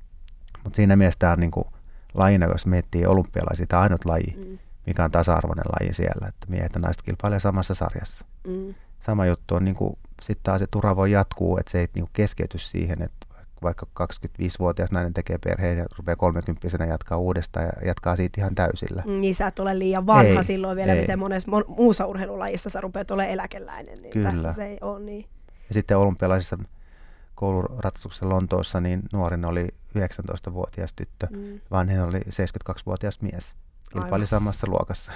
Mutta siinä mielessä tämä on niin kuin lajina, jos miettii olympialaisia, tämä ainut laji, mikä on tasa-arvoinen laji siellä, että miehet ja naiset kilpailee samassa sarjassa. Sama juttu on, niin kuin, sitten taas se tura voi jatkuu, että se ei niin kuin keskeyty siihen, että vaikka 25-vuotias nainen tekee perheen ja rupeaa 30-vuotiaana jatkaa uudestaan ja jatkaa siitä ihan täysillä. Niin sä et ole liian vanha silloin vielä, miten monessa muussa urheilulajissa sä rupeat olemaan eläkeläinen, niin kyllä. Tässä se ei ole niin. Ja sitten olympialaisissa kouluratsastuksessa Lontoossa niin nuorin oli 19-vuotias tyttö, vanhin oli 72-vuotias mies. Kilpaili samassa luokassa.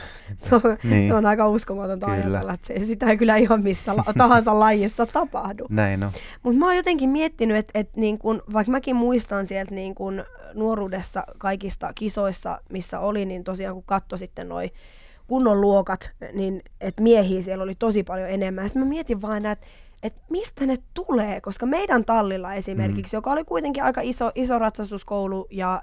Se on aika uskomatonta ajatella, että sitä ei kyllä ihan missä tahansa lajissa tapahdu. Näin on. Mutta mä oon jotenkin miettinyt, että niin kun, vaikka mäkin muistan sieltä niin kun nuoruudessa kaikista kisoissa, missä oli, niin tosiaan kun katsoi sitten noi kunnon luokat, niin että miehiä siellä oli tosi paljon enemmän. Sitten mä mietin vaan, että mistä ne tulee, koska meidän tallilla esimerkiksi, joka oli kuitenkin aika iso ratsastuskoulu ja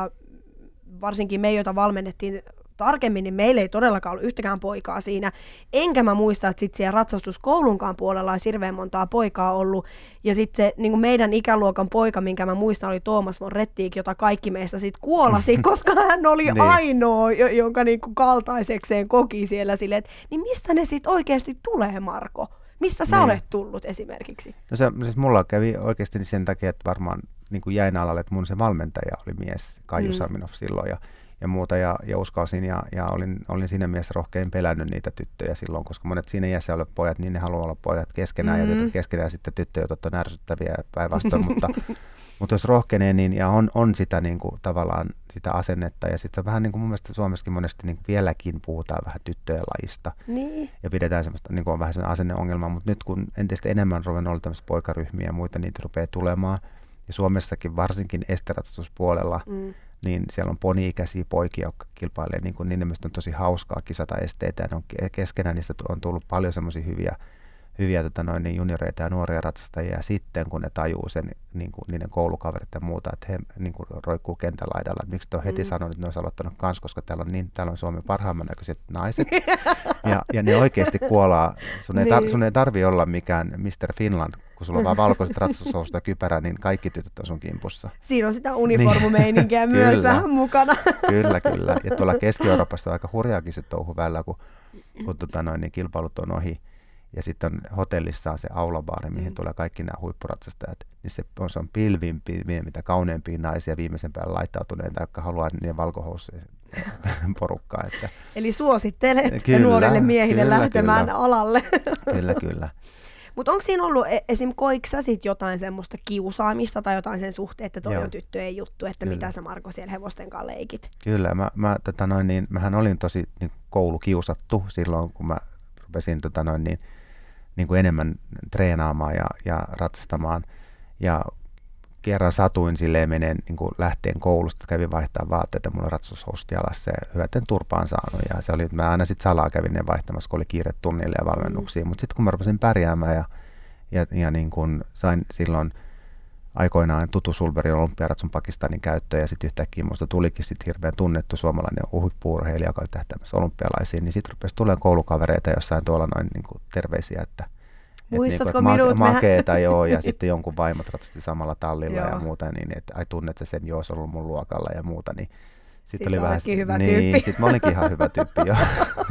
varsinkin me, joita valmennettiin tarkemmin, niin meillä ei todellakaan ollut yhtäkään poikaa siinä. Enkä mä muista, että sit siellä ratsastuskoulunkaan puolella olisi hirveän montaa poikaa ollut. Ja sitten se niin kuin meidän ikäluokan poika, minkä mä muistan, oli Tuomas von Rettig, jota kaikki meistä sitten kuolasi, koska hän oli ainoa, jonka niin kuin kaltaisekseen koki siellä silleen, että niin mistä ne sitten oikeasti tulee, Marko? Mistä sä olet tullut esimerkiksi? No siis mulla kävi oikeasti sen takia, että varmaan niin kuin jäin alalle, että mun se valmentaja oli mies, Kaiju Saminov silloin ja muuta, ja uskalsin ja olin siinä mielessä rohkein pelännyt niitä tyttöjä silloin, koska monet siinä iässä olevat pojat, niin ne haluaa olla pojat keskenään ja tytöt keskenään, ja sitten tyttöjä on ärsyttäviä päinvastoin, mutta jos rohkenee, niin ja on sitä niin kuin, tavallaan sitä asennetta, ja sitten vähän niin kuin mun mielestä Suomessakin monesti niin vieläkin puhutaan vähän tyttöjen lajista, ja pidetään semmoista, niin kuin on vähän semmoinen asenneongelma, mutta nyt kun entistä enemmän ruvennut olla tämmöisiä poikaryhmiä ja muita, niitä rupeaa tulemaan, ja Suomessakin varsinkin esteratsastuspuolella, niin siellä on poni-ikäisiä poikia, jotka kilpailee, niin kuin niiden mielestä on tosi hauskaa kisata esteitä, ja ne on keskenään niistä on tullut paljon semmoisia hyviä niin junioreita ja nuoria ratsastajia, ja sitten kun ne tajuu sen, niin kuin niiden koulukaverit ja muuta, että he niin kuin roikkuu kentän laidalla, että miksi te on heti sanonut, että ne olisi aloittanut kanssa, koska täällä on Suomen parhaimman näköiset naiset, ja ne oikeasti kuolaa. Sun ei tarvitse olla mikään Mr. Finland, kun sulla on vaan valkoiset ratsastushousut ja kypärä, niin kaikki tytöt on sun kimpussa. Siinä on sitä uniformumeininkiä myös kyllä, vähän mukana. Kyllä. Ja tuolla Keski-Euroopassa on aika hurjaakin se touhu välillä, kun niin kilpailut on ohi. ja sitten on hotellissa on se aulabaari, mihin tulee kaikki nämä huippuratsastajat, niin se on pilvimpiä, mitä kauneimpia naisia viimeisen päälle laittautuneita, jotka haluaa niin valkohousuja porukkaa. Että Eli suosittelet nuorille miehille lähtemään alalle. Kyllä. Mutta onko siinä ollut, esim. Koiko sä sit jotain semmoista kiusaamista tai jotain sen suhteen, että toi on tyttöjen juttu, että mitä sä Marko siellä hevosten kanssa leikit? Kyllä, mähän olin tosi niin koulukiusattu silloin, kun mä rupesin niin kuin enemmän treenaamaan ja ratsastamaan. Ja kerran satuin silleen meneen niin lähteen koulusta, kävin vaihtaa vaatteita, mulla oli ratsashousut jalassa ja hyöten turpaan saanut. Ja se oli, mä aina sitten salaa kävin ne vaihtamassa, kun oli kiire tunnille ja valmennuksiin. Mutta sitten kun mä rupesin pärjäämään ja niin kun sain silloin aikoinaan Tutu Sulberin olympiaratsun Pakistanin käyttöön ja sitten yhtäkkiä musta tulikin sitten hirveän tunnettu suomalainen huippu-urheilija, joka oli tähtäämässä olympialaisiin, niin sitten rupesi tulemaan koulukavereita jossain tuolla noin niin kuin terveisiä, että muistatko minut? Makeeta joo, ja sitten jonkun vaimot ratsasti samalla tallilla ja muuta, niin että ai tunnet sä sen, joo, se on ollut mun luokalla ja muuta, niin sitten oli vähän hyvä tyyppi. Sitten mä olinkin ihan hyvä tyyppi, joo.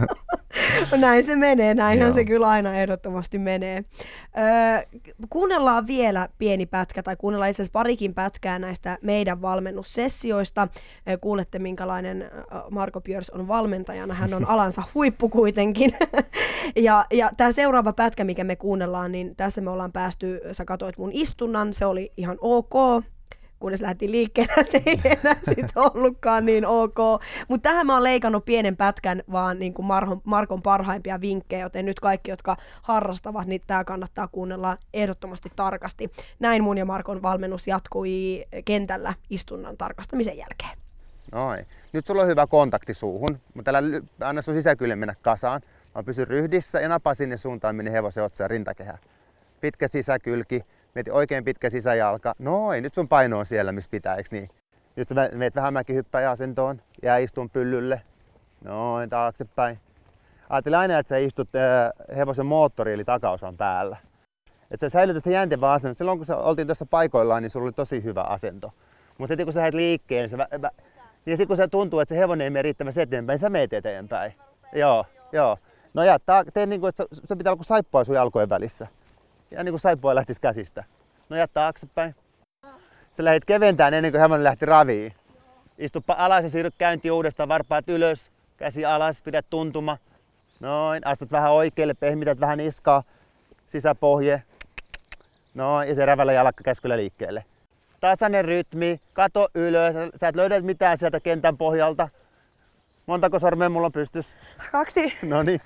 Näin se menee, näinhän se kyllä aina ehdottomasti menee. Kuunnellaan vielä pieni pätkä, tai kuunnellaan itse asiassa parikin pätkää näistä meidän valmennussessioista. Kuulette, minkälainen Marko Björs on valmentajana, hän on alansa huippu kuitenkin. ja tämä seuraava pätkä, mikä me kuunnellaan, niin tässä me ollaan päästy, sä katsoit mun istunnan, se oli ihan ok. Kunnes lähti liikkeelle, se ei enää sit ollutkaan niin ok. Mutta tähän mä oon leikannut pienen pätkän vaan niin kuin Markon parhaimpia vinkkejä, joten nyt kaikki, jotka harrastavat, niin tää kannattaa kuunnella ehdottomasti tarkasti. Näin mun ja Markon valmennus jatkui kentällä istunnan tarkastamisen jälkeen. Noin. Nyt sulla on hyvä kontakti suuhun, mutta älä anna sun sisäkylle mennä kasaan. Mä pysyn ryhdissä ja napaa sinne suuntaan, minne hevosen otsa ja rintakehä. Pitkä sisäkylki. Mieti oikein pitkä sisäjalka. Noin, nyt sun paino on siellä, missä pitää, eikö niin? Nyt sä meet vähän mäkihyppäjäasentoon, jää istun pyllylle. Noin, taaksepäin. Ajattele aina, että sä istut hevosen moottori eli takaosan päällä. Että sä säilytät se jäntevä asento. Silloin kun sä oltiin tuossa paikoillaan, niin sulla oli tosi hyvä asento. Mutta heti kun sä lähdet liikkeen, niin sitten kun se tuntuu, että se hevonen ei mene riittävästi eteenpäin, sä meet eteenpäin. Joo. No ja tee niin kuin, että se pitää olla saippua sun jalkojen välissä. Ja niin kuin saippua lähtisi käsistä. No ja taaksepäin. Sä lähdit keventämään ennen kuin hevonen lähti raviin. Istuppa alas ja siirry käyntiin uudestaan, varpaat ylös, käsi alas, pidät tuntuma. Noin, astut vähän oikealle, pehmität vähän niskaa, sisäpohje. Noin, ja se rävällä jalkakäskyllä liikkeelle. Tasainen rytmi, kato ylös, sä et löydä mitään sieltä kentän pohjalta. Montako sormea mulla on pystys? 2. Noniin.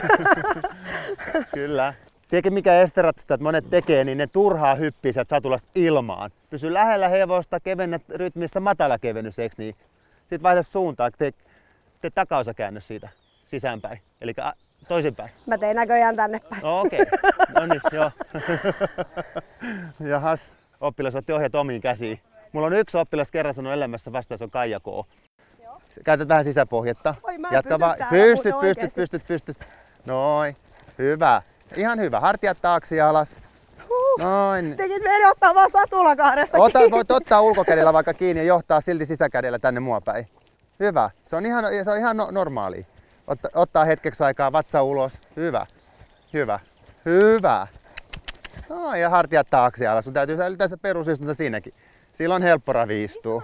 Kyllä. Sekin mikä esteratsista, että monet tekee, niin ne turhaa hyppii sieltä satulasta ilmaan. Pysy lähellä hevosta, kevennät rytmissä, matala kevennys, eikö niin? Sitten vaihda suuntaan, tee takaosakäännös siitä sisäänpäin, eli toisinpäin. Mä tein näköjään tänne päin. Okei. No niin, joo. Jahas, oppilas otti ohjat omiin käsiin. Mulla on yksi oppilas kerran sanonut elämässä vastaan, se on Kaija K. Käytetään sisäpohjetta. Oi, mä jatka vaan. Pystyt. Noin. Hyvä. Ihan hyvä. Hartiat taakse ja alas. Noin. Tekis meidän ottaa vaan satula kahdesta kiinni. Voit ottaa ulkokädellä vaikka kiinni ja johtaa silti sisäkädellä tänne mua päin. Hyvä. Se on ihan normaalia. Ottaa hetkeksi aikaa vatsa ulos. Hyvä. No, ja hartiat taakse ja alas. Sun täytyy säilyttää se perusistunta siinäkin. Silloin on helppo raviistua.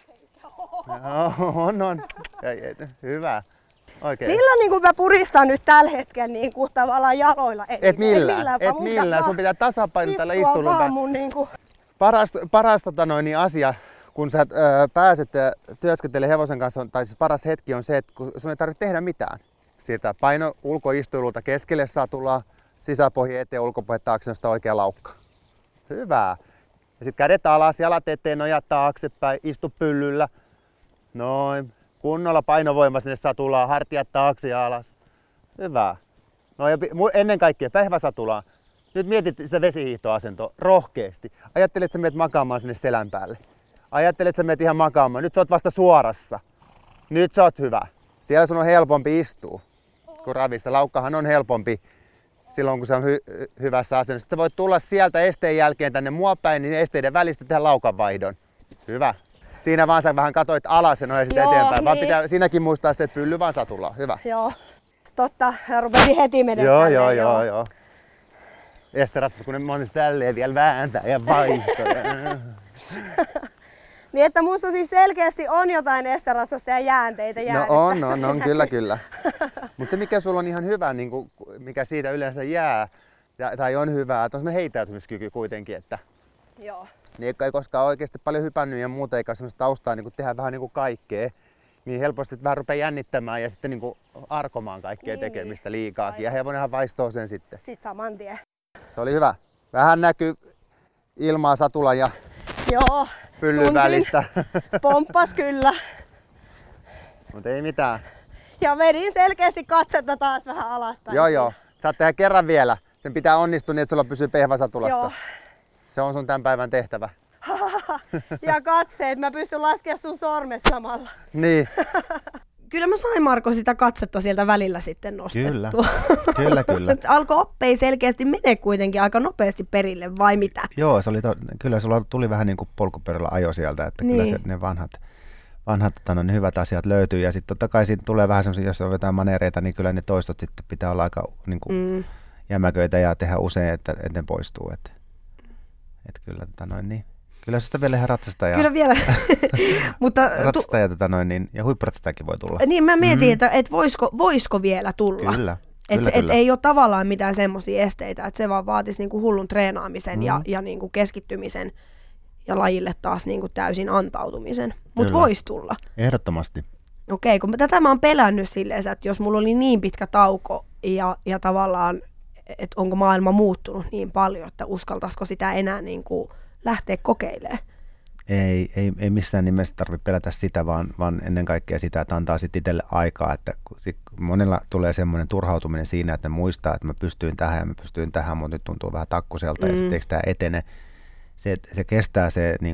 On. Hyvä. Oikein. Millä niin kuin mä puristan nyt tällä hetkellä niin kuin tavallaan jaloilla? Et millään. Sun pitää tasapainottaa tällä istunnolta. Niin kuin... Paras asia, kun sä pääset työskentelemään hevosen kanssa, tai siis paras hetki on se, että kun sun ei tarvitse tehdä mitään. Siirtää paino ulkoistuilulta keskelle satulaa, sisäpohja eteen, ulkopohja taakse, nostaa oikea laukka. Hyvä. Ja sit kädet alas, jalat eteen, nojat taaksepäin, istu pyllyllä. Noin. Kunnolla painovoima sinne satulaan, hartiat taakse ja alas. Hyvä. No ja ennen kaikkea päiväsatulaan. Nyt mietit sitä vesihiihtoasentoa rohkeasti. Ajattelet, että sä menet makaamaan sinne selän päälle. Ajattelet, että sä menet ihan makaamaan. Nyt sä oot vasta suorassa. Nyt sä oot hyvä. Siellä sun on helpompi istua kuin ravissa. Laukkahan on helpompi silloin, kun se on hyvässä asennossa. Sitten voit tulla sieltä esteen jälkeen tänne mua päin, niin esteiden välistä tehdä laukanvaihdon. Hyvä. Siinä vaan sä vähän katoit alas ja noin sitä eteenpäin. Niin. Vaan pitää siinäkin muistaa se, että pylly vaan satulaa. Hyvä. Joo. Totta. Ja rupesin heti menemään. Joo. esteratsasta, kun ne monesti tälleen vielä vääntää ja vaihtaa. Niin että musta siis selkeästi on jotain esteratsasta ja jäänteitä jäänyt. No on, kyllä. Mutta mikä sulla on ihan hyvä, niin kuin, mikä siitä yleensä jää, tai on hyvää, että on semmoinen heittäytymiskyky kuitenkin, että Joo. niin ei koskaan oikeasti paljon hypännyt ja muuta, eikä semmoista taustaa niin tehdä vähän niin kuin kaikkea, niin helposti vähän rupeaa jännittämään ja sitten niin kuin arkomaan kaikkea tekemistä liikaakin. Ja hevonenhan vaistoo sen sitten. Sitten saman tien. Se oli hyvä. Vähän näkyy ilmaa satulan ja Joo. pyllyn välistä. Pomppas kyllä. Mutta ei mitään. Ja vedin selkeästi katsetta taas vähän alaspäin. Joo. Saat tehdä kerran vielä. Sen pitää onnistua niin, että sulla pysyy pehvä satulassa. Joo. Se on sun tämän päivän tehtävä. Ja katseet, mä pystyn laskemaan sun sormet samalla. Niin. Kyllä mä sain, Marko, sitä katsetta sieltä välillä sitten nostettua. Kyllä. Alko-oppei selkeästi menee kuitenkin aika nopeasti perille, vai mitä? Joo, se oli kyllä sulla tuli vähän niin kuin polkuperällä ajo sieltä, että niin. Kyllä ne vanhat ne hyvät asiat löytyy. Ja sitten totta kai siitä tulee vähän semmoisia, jos on jotain maneereita, niin kyllä ne toistot sitten pitää olla aika niin kuin jämäköitä ja tehdä usein, että ne poistuu. Että kyllä, niin. Kyllä sitä vielä ihan ratsastaja. Kyllä vielä. Mutta ratsastaja ja huippuratsastajakin voi tulla. Niin mä mietin, että voisiko vielä tulla. Kyllä. Et ei ole tavallaan mitään semmoisia esteitä, että se vaan vaatisi niinku hullun treenaamisen ja niinku keskittymisen ja lajille taas niinku täysin antautumisen. Mutta voisi tulla. Ehdottomasti. Okei, kun tätä mä oon pelännyt silleen, että jos mulla oli niin pitkä tauko ja tavallaan, että onko maailma muuttunut niin paljon, että uskaltaisiko sitä enää niinku lähteä kokeilemaan. Ei missään nimessä tarvitse pelätä sitä, vaan ennen kaikkea sitä, että antaa sitten itselle aikaa. Että monella tulee semmoinen turhautuminen siinä, että muistaa, että mä pystyin tähän, mutta nyt tuntuu vähän takkuselta ja sitten eikö tämä etene. Se kestää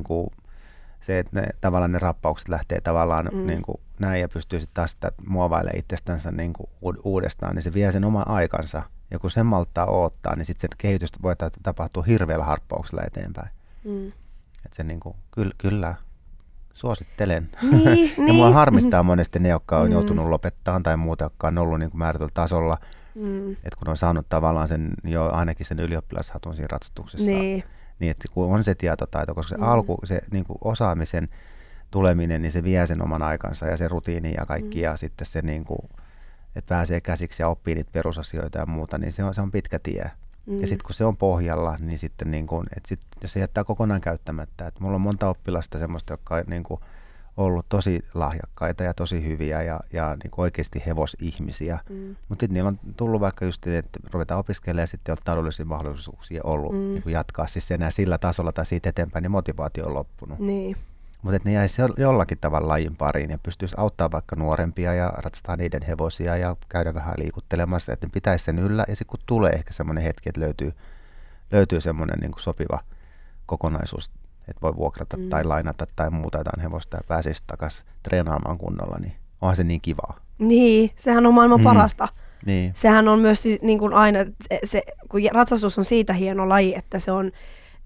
se, että tavallaan ne rappaukset lähtee tavallaan niin kuin näin ja pystyy sitten taas sitä muovailemaan itsestänsä niin kuin uudestaan, niin se vie sen oman aikansa. Ja kun sen malttaa odottaa, niin sitten se kehitys voi tapahtua hirveällä harppauksella eteenpäin. Että se niinku, kyllä, suosittelen. Niin, ja mua harmittaa monesti ne, jotka on joutunut lopettamaan tai muuta, jotka on ollut niinku määrätyllä tasolla. Että kun on saanut tavallaan sen, jo ainakin sen ylioppilashatun siinä ratsastuksessa. Niin, että kun on se tietotaito, koska se se niinku osaamisen tuleminen, niin se vie sen oman aikansa ja se rutiini ja kaikki. Ja sitten se, niinku, että pääsee käsiksi ja oppii niitä perusasioita ja muuta, niin se on pitkä tie. Ja sitten kun se on pohjalla, niin sitten niin kun, jos se jättää kokonaan käyttämättä, että mulla on monta oppilasta semmoista, jotka on niin kun ollut tosi lahjakkaita ja tosi hyviä ja niin kun oikeasti hevosihmisiä. Mutta sitten niillä on tullut vaikka just, että ruvetaan opiskelemaan ja sitten on taloudellisia mahdollisuuksia ollut niin kun jatkaa siis enää sillä tasolla tai siitä eteenpäin, niin motivaatio on loppunut. Niin. Mutta ne jäisi jollakin tavalla lajin pariin ja pystyisi auttamaan vaikka nuorempia ja ratsastaa niiden hevosia ja käydä vähän liikuttelemassa, että ne pitäisi sen yllä. Ja sitten kun tulee ehkä semmoinen hetki, että löytyy semmoinen niin kuin sopiva kokonaisuus, että voi vuokrata tai lainata tai muuta jotain hevosta ja pääsisi takaisin treenaamaan kunnolla, niin onhan se niin kivaa. Niin, sehän on maailman parasta. Niin. Sehän on myös niin kuin aina, kun ratsastus on siitä hieno laji, että se on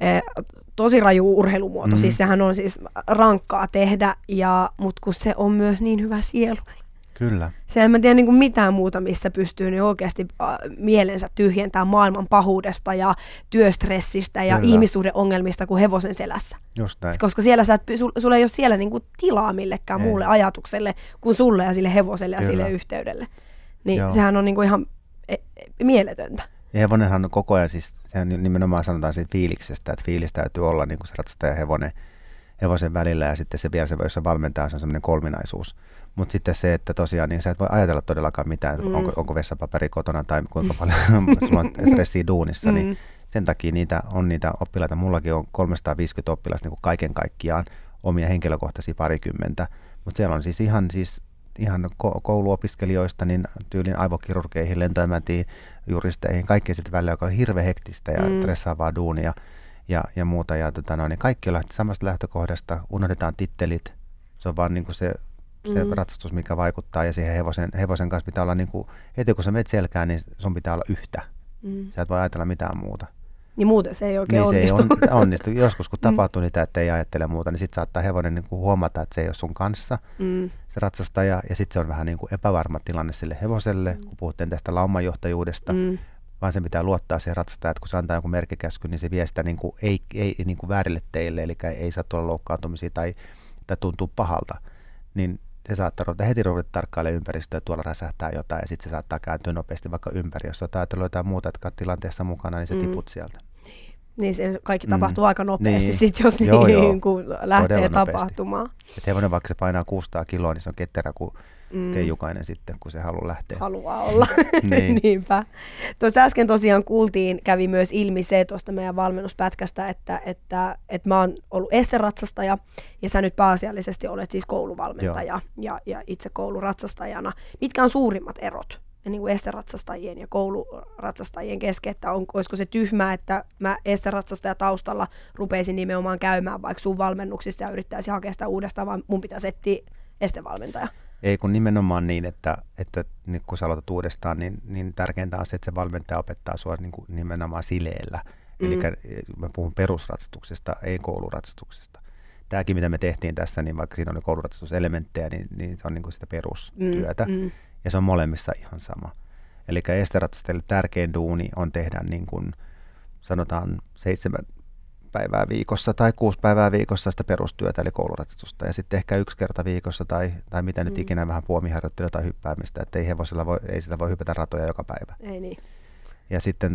tosi raju urheilumuoto, siis sehän on siis rankkaa tehdä, mutta kun se on myös niin hyvä sielu. Kyllä. Se en mä tiedä niin kuin mitään muuta, missä pystyy niin oikeasti mielensä tyhjentämään maailman pahuudesta ja työstressistä ja ihmissuhdeongelmista kuin hevosen selässä. Just näin. Koska siellä sulla ei ole siellä niin kuin tilaa millekään muulle ajatukselle kuin sulle ja sille hevoselle ja sille yhteydelle. Niin sehän on niin kuin ihan mieletöntä. Ja hevonenhan on koko ajan, siis sehän nimenomaan sanotaan siitä fiiliksestä, että fiilis täytyy olla niin kuin se ratsastaja ja hevosen välillä ja sitten se vielä se, jos se valmentaa, se on semmoinen kolminaisuus. Mutta sitten se, että tosiaan niin sä et voi ajatella todellakaan mitään, onko vessapaperi kotona tai kuinka paljon sulla on stressiä duunissa, niin sen takia niitä oppilaita, mullakin on 350 oppilasta niin kuin kaiken kaikkiaan, omia henkilökohtaisia parikymmentä, mutta siellä on siis ihan kouluopiskelijoista niin tyylin aivokirurgeihin, lentoemäntiin, juristeihin, kaikkea siltä välillä, joka on hirveän hektistä ja stressaavaa duunia ja muuta. Ja niin kaikki on lähti samasta lähtökohdasta, unohdetaan tittelit, se on vaan niin kuin se ratsastus, mikä vaikuttaa ja siihen hevosen kanssa pitää olla, niin kuin, heti kun sä menet selkään, niin sun pitää olla yhtä. Sä et voi ajatella mitään muuta. Niin muuten se ei oikein onnistu. Se ei onnistu. Joskus kun tapahtuu niitä, että ei ajattele muuta, niin sitten saattaa hevonen niin kuin huomata, että se ei ole sun kanssa, se ratsastaja, ja sitten se on vähän niin kuin epävarma tilanne sille hevoselle, kun puhuttiin tästä laumanjohtajuudesta. vaan sen pitää luottaa siihen ratsastajaan, että kun se antaa jonkun merkkikäsky, niin se vie sitä niin kuin, ei niin kuin väärille teille, eli ei saa tulla loukkaantumisia tai tuntuu pahalta, niin se saattaa heti ruveta tarkkailemaan ympäristöä ja tuolla räsähtää jotain ja sitten se saattaa kääntyä nopeasti vaikka ympäri. Jos olet ajatellut jotain muuta, että tilanteessa mukana, niin se tiput sieltä. Niin se kaikki tapahtuu aika nopeasti, niin. sit, jos Joo. kun lähtee tapahtumaan. Et hevonen vaikka se painaa 600 kiloa, niin se on ketterä kuin keijukainen sitten, kun se haluaa lähteä. Haluaa olla, niin. Niinpä. Tuossa äsken tosiaan kävi myös ilmi se tuosta meidän valmennuspätkästä, että mä oon ollut esteratsastaja ja sä nyt pääasiallisesti olet siis kouluvalmentaja ja itse kouluratsastajana. Mitkä on suurimmat erot niin kuin esteratsastajien ja kouluratsastajien kesken, että olisiko se tyhmää, että mä esteratsastaja taustalla rupeisin nimenomaan käymään vaikka sun valmennuksissa ja yrittäisin hakea sitä uudestaan, vaan mun pitäisi etsiä estevalmentaja? Ei, kun nimenomaan niin, että niin kun sä aloitat uudestaan, niin tärkeintä on se, että se valmentaja opettaa sua niin kuin nimenomaan sileellä. Eli mä puhun perusratsastuksesta, ei kouluratsastuksesta. Tämäkin, mitä me tehtiin tässä, niin vaikka siinä oli kouluratsatuselementtejä, niin se on niin kuin sitä perustyötä. Ja se on molemmissa ihan sama. Eli esteratsastajille tärkein duuni on tehdä niin kuin sanotaan 7 päivää viikossa tai 6 päivää viikossa sitä perustyötä, eli kouluratsastusta. Ja sitten ehkä 1 kerta viikossa tai mitä nyt ikinä vähän puomiharjoittelua tai hyppäämistä, että ei sitä voi hypätä ratoja joka päivä. Ei niin. Ja sitten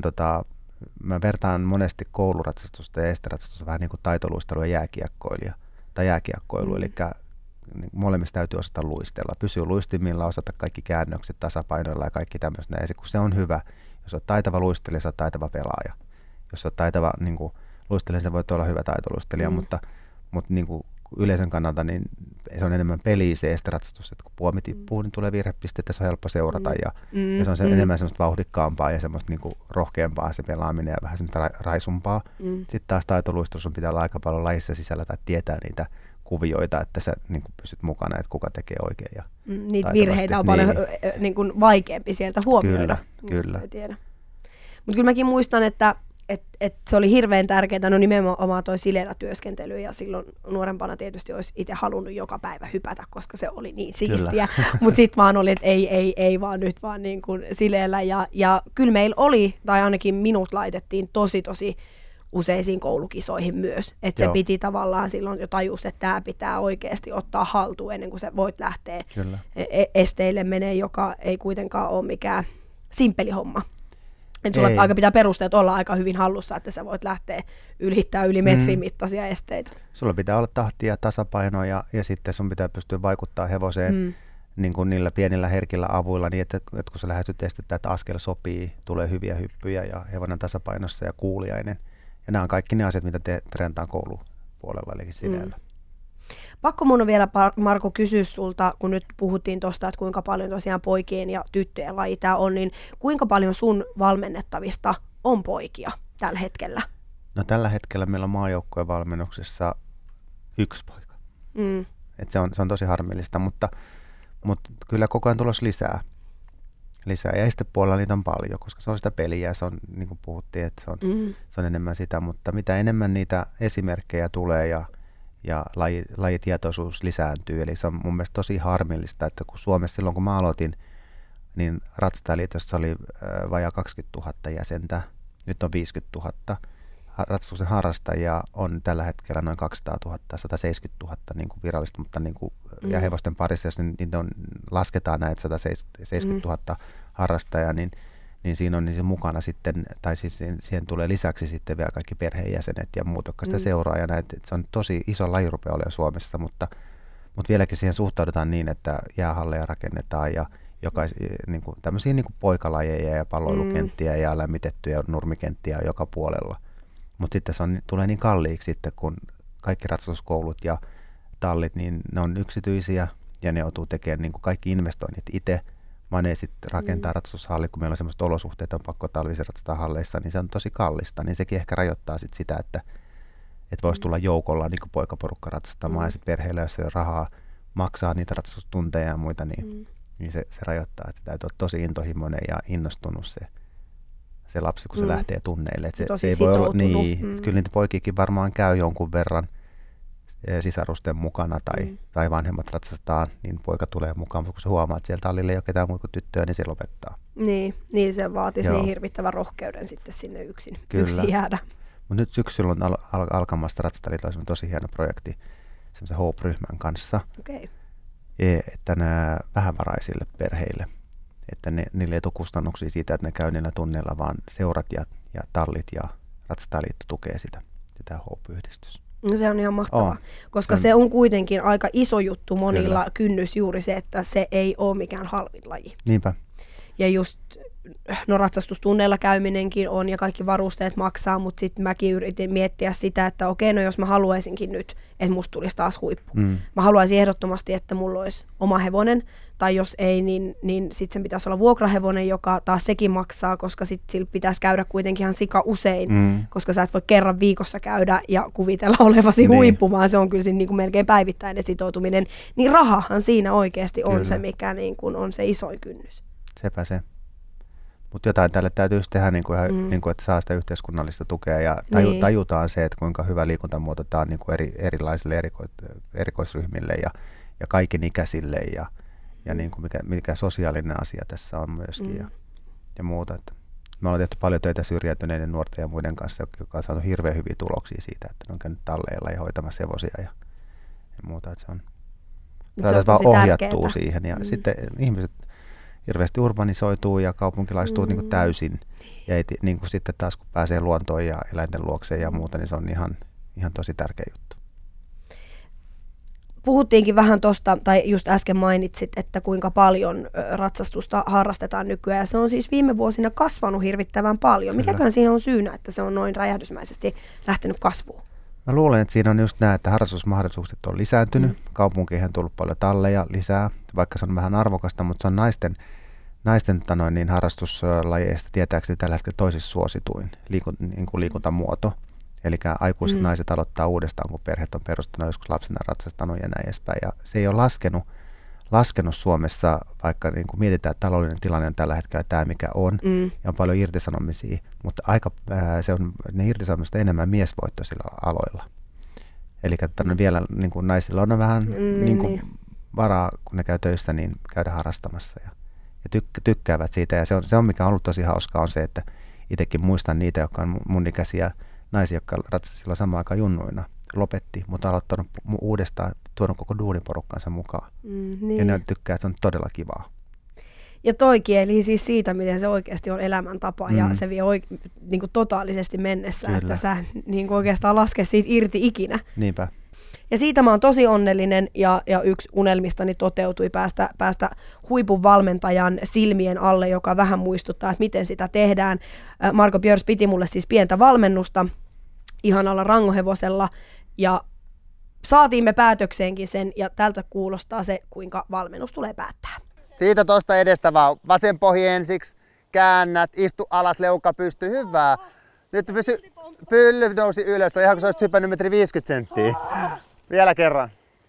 mä vertaan monesti kouluratsastusta ja esteratsastusta vähän niin kuin taitoluistelu ja jääkiekkoilu, eli molemmissa täytyy osata luistella. Pysyä luistimilla, osata kaikki käännökset tasapainoilla ja kaikki tämmöistä. Ja kun se on hyvä, jos olet taitava luistelija, sä oot taitava pelaaja. Jos olet taitava niin luistelija, sä voit olla hyvä taitoluistelija, mutta niin kuin yleisön kannalta niin se on enemmän peliä se esteratsastus, että kun puomi tippuu, niin tulee virhepisteitä, se on helppo seurata ja se on enemmän semmoista vauhdikkaampaa ja semmoista niin kuin rohkeampaa se pelaaminen ja vähän semmoista raisumpaa. Sitten taas taitoluistelussa pitää olla aika paljon lajissa sisällä tai tietää niitä kuvioita, että sä niin kuin pysyt mukana, että kuka tekee oikein. Ja niitä virheitä on paljon niin kuin vaikeampi sieltä huomioida. Kyllä. Mutta kyllä mäkin muistan, että se oli hirveän tärkeää, no nimenomaan toi sileellä työskentely, ja silloin nuorempana tietysti olisi itse halunnut joka päivä hypätä, koska se oli niin siistiä, mutta sitten vaan oli, että ei vaan nyt vaan niin kuin sileellä, ja kyllä meillä oli, tai ainakin minut laitettiin tosi useisiin koulukisoihin myös, että se piti tavallaan silloin jo tajus, että tämä pitää oikeasti ottaa haltuun ennen kuin sä voit lähteä esteille menee, joka ei kuitenkaan ole mikään simppeli homma. Että sulla aika pitää perusteet olla aika hyvin hallussa, että sä voit lähteä ylittää yli metrin mittaisia esteitä. Sulla pitää olla tahtia ja tasapaino ja sitten sun pitää pystyä vaikuttamaan hevoseen niin kuin niillä pienillä herkillä avuilla niin, että kun sä lähestyt estettä, että askel sopii, tulee hyviä hyppyjä ja hevonen tasapainossa ja kuuliainen. Ja nämä on kaikki ne asiat, mitä treenataan koulupuolella, eli sileellä. Pakko mun on vielä, Marko, kysyä sulta, kun nyt puhuttiin tuosta, että kuinka paljon tosiaan poikien ja tyttöjen laji tämä on, niin kuinka paljon sun valmennettavista on poikia tällä hetkellä? No tällä hetkellä meillä on maajoukkueen valmennuksessa 1 poika. Et se on tosi harmillista, mutta kyllä koko ajan tulossa lisää. Ja estepuolella niitä on paljon, koska se on sitä peliä ja se on, niin kuin puhuttiin, että se on enemmän sitä, mutta mitä enemmän niitä esimerkkejä tulee ja lajitietoisuus lisääntyy, eli se on mun mielestä tosi harmillista, että kun Suomessa silloin kun mä aloitin, niin Ratsastajaliitossa oli vajaa 20 000 jäsentä, nyt on 50 000. Ratsastuksen harrastajia on tällä hetkellä noin 200 000, 170 000 niin kuin virallista, mutta niin kuin, ja hevosten parissa, jos niitä lasketaan näitä 170 000 harrastajaa, niin siinä on niin se mukana sitten, tai siis siihen tulee lisäksi sitten vielä kaikki perheenjäsenet ja muut, jotka sitä seuraa, ja näet, että se on tosi iso laji rupeaa olemaan Suomessa, mutta vieläkin siihen suhtaudutaan niin, että jäähalleja rakennetaan ja niin kuin, tämmöisiä niin kuin poikalajeja ja palloilukenttiä ja lämmitettyjä nurmikenttiä joka puolella. Mutta sitten tulee niin kalliiksi sitten, kun kaikki ratsastuskoulut ja tallit, niin ne on yksityisiä ja ne joutuu tekemään niin kuin kaikki investoinnit itse. Vaan ei sitten rakentaa ratsastushallit, kun meillä on sellaiset olosuhteet, on pakko talvisen ratsastaa halleissa, niin se on tosi kallista. Niin sekin ehkä rajoittaa sit sitä, että voisi tulla joukolla niin kuin poikaporukka ratsastamaan ja sitten perheillä, jos ei ole rahaa maksaa niitä ratsastustunteja ja muita, niin se rajoittaa. Että se täytyy olla tosi intohimoinen ja innostunut se lapsi, kun se lähtee tunneille. Se ei voi olla, että kyllä niitä poikiakin varmaan käy jonkun verran sisarusten mukana tai vanhemmat ratsastetaan, niin poika tulee mukaan, mutta kun se huomaa, että siellä tallille ei ole ketään muuta kuin tyttöä, niin se lopettaa. Niin se vaatisi niin hirvittävän rohkeuden sitten sinne yksin jäädä. Mutta nyt syksyllä on alkamassa Ratsastaliitolla tosi hieno projekti semmoisen Hope-ryhmän kanssa, että nämä vähävaraisille perheille, että niille ei tule kustannuksia siitä, että ne käy niillä tunneilla, vaan seurat ja tallit ja Ratsastaliitto tukee sitä, tämä Hope-yhdistys. No se on ihan mahtavaa, koska se on kuitenkin aika iso juttu monilla kynnys juuri se, että se ei ole mikään halvin laji. Niinpä. Ja just ratsastustunneilla käyminenkin on ja kaikki varusteet maksaa, mutta sitten mäkin yritin miettiä sitä, että okei, no jos mä haluaisinkin nyt, että musta tulisi taas huippu. Mä haluaisin ehdottomasti, että mulla olisi oma hevonen, tai jos ei, niin sitten sen pitäisi olla vuokrahevonen, joka taas sekin maksaa, koska sitten sillä pitäisi käydä kuitenkin ihan sika usein, koska sä et voi kerran viikossa käydä ja kuvitella olevasi huippu, vaan se on kyllä niin kuin melkein päivittäinen sitoutuminen. Niin rahahan siinä oikeasti on se, mikä niin kuin on se isoin kynnys. Sepä se. Mutta jotain tälle täytyisi tehdä, niin kuin, että saa sitä yhteiskunnallista tukea ja tajutaan se, että kuinka hyvä liikuntamuoto tämä on niin kuin erilaisille erikoisryhmille ja kaiken ikäisille ja niin kuin mikä sosiaalinen asia tässä on myöskin ja muuta. Että me ollaan tehty paljon töitä syrjäytyneiden nuorten ja muiden kanssa, joka on saanut hirveän hyviä tuloksia siitä, että ne on käynyt talleilla ja hoitamassa hevosia ja muuta. Että se on vaan ohjattua siihen ja sitten ihmiset hirveästi urbanisoituu ja kaupunkilaistuu niin kuin täysin. Ja niin kuin sitten taas kun pääsee luontoon ja eläinten luokseen ja muuta, niin se on ihan tosi tärkeä juttu. Puhuttiinkin vähän tuosta, tai just äsken mainitsit, että kuinka paljon ratsastusta harrastetaan nykyään. Ja se on siis viime vuosina kasvanut hirvittävän paljon. Mikäkään siinä on syynä, että se on noin räjähdysmäisesti lähtenyt kasvuun? Mä luulen, että siinä on just nämä, että harrastusmahdollisuudet on lisääntynyt. Kaupunkiin on tullut paljon talleja lisää, vaikka se on vähän arvokasta, mutta se on naisten harrastuslajeista tietääkseni tällä hetkellä toisiksi suosituin liikuntamuoto. Eli aikuiset naiset aloittaa uudestaan, kun perheet on perustanut joskus lapsena ratsastanut ja näin edespäin. Ja se ei ole laskenut Suomessa, vaikka niin kuin mietitään, että taloudellinen tilanne on tällä hetkellä tämä, mikä on, ja on paljon irtisanomisia, mutta ne irtisanomiset enemmän miesvoittoisilla aloilla. Eli vielä niin kuin naisilla on vähän varaa, kun ne käy töissä, niin käydä harrastamassa ja tykkäävät siitä. Ja se on mikä on ollut tosi hauskaa, on se, että itsekin muistan niitä, jotka on mun ikäisiä naisia, jotka ratsasivat silloin samaan aikaan junnuina, lopetti, mutta on aloittanut uudestaan, tuonut koko duuniporukkansa mukaan. Ja ne tykkää, että se on todella kivaa. Ja toikin, eli siis siitä, miten se oikeasti on elämäntapa ja se vie niin kuin totaalisesti mennessä, kyllä, että sä niin kuin oikeastaan laske siitä irti ikinä. Niinpä. Ja siitä mä oon tosi onnellinen ja yksi unelmistani toteutui päästä huipun valmentajan silmien alle, joka vähän muistuttaa, että miten sitä tehdään. Marko Björs piti mulle siis pientä valmennusta ihanalla rangohevosella ja saatiin me päätökseenkin sen ja tältä kuulostaa se, kuinka valmennus tulee päättää. Siitä tuosta edestä vaan. Vasen pohji ensiksi, käännät, istu alas, leuka pystyy, hyvää. Nyt pylly nousi ylös, on ihan kuin se olisi hypännyt 1,50 m. Vielä kerran.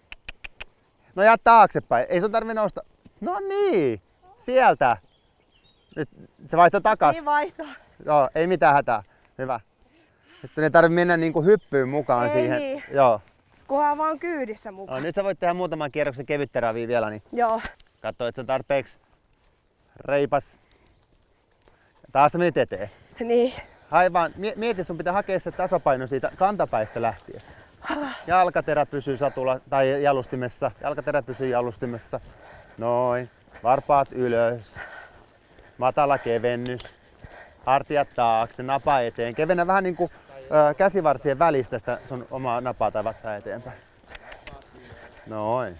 No jää taaksepäin, ei sun tarvi nousta. No niin, sieltä. Nyt se vaihtoi takas. Ei vaihto. Joo, ei mitään hätää. Hyvä. Nyt ei tarvi mennä niinku hyppyyn mukaan siihen. Niin. Joo. Kunhan vaan kyydissä mukaan. No, nyt sä voit tehdä muutaman kierroksen kevytteräviä vielä. Niin. Joo. Katso, että se on tarpeeksi reipas. Taas sä menit eteen. Niin. Aivan. Mieti, sun pitää hakea se tasapaino siitä kantapäistä lähtien. Jalkaterä pysyy tai jalustimessa. Jalkaterä pysyy jalustimessa. Noin. Varpaat ylös. Matala kevennys. Hartiat taakse, napa eteen. Kevennä vähän niin kuin käsivarsien välistä sitä sun omaa napaa tai vatsaa eteenpäin. Noin.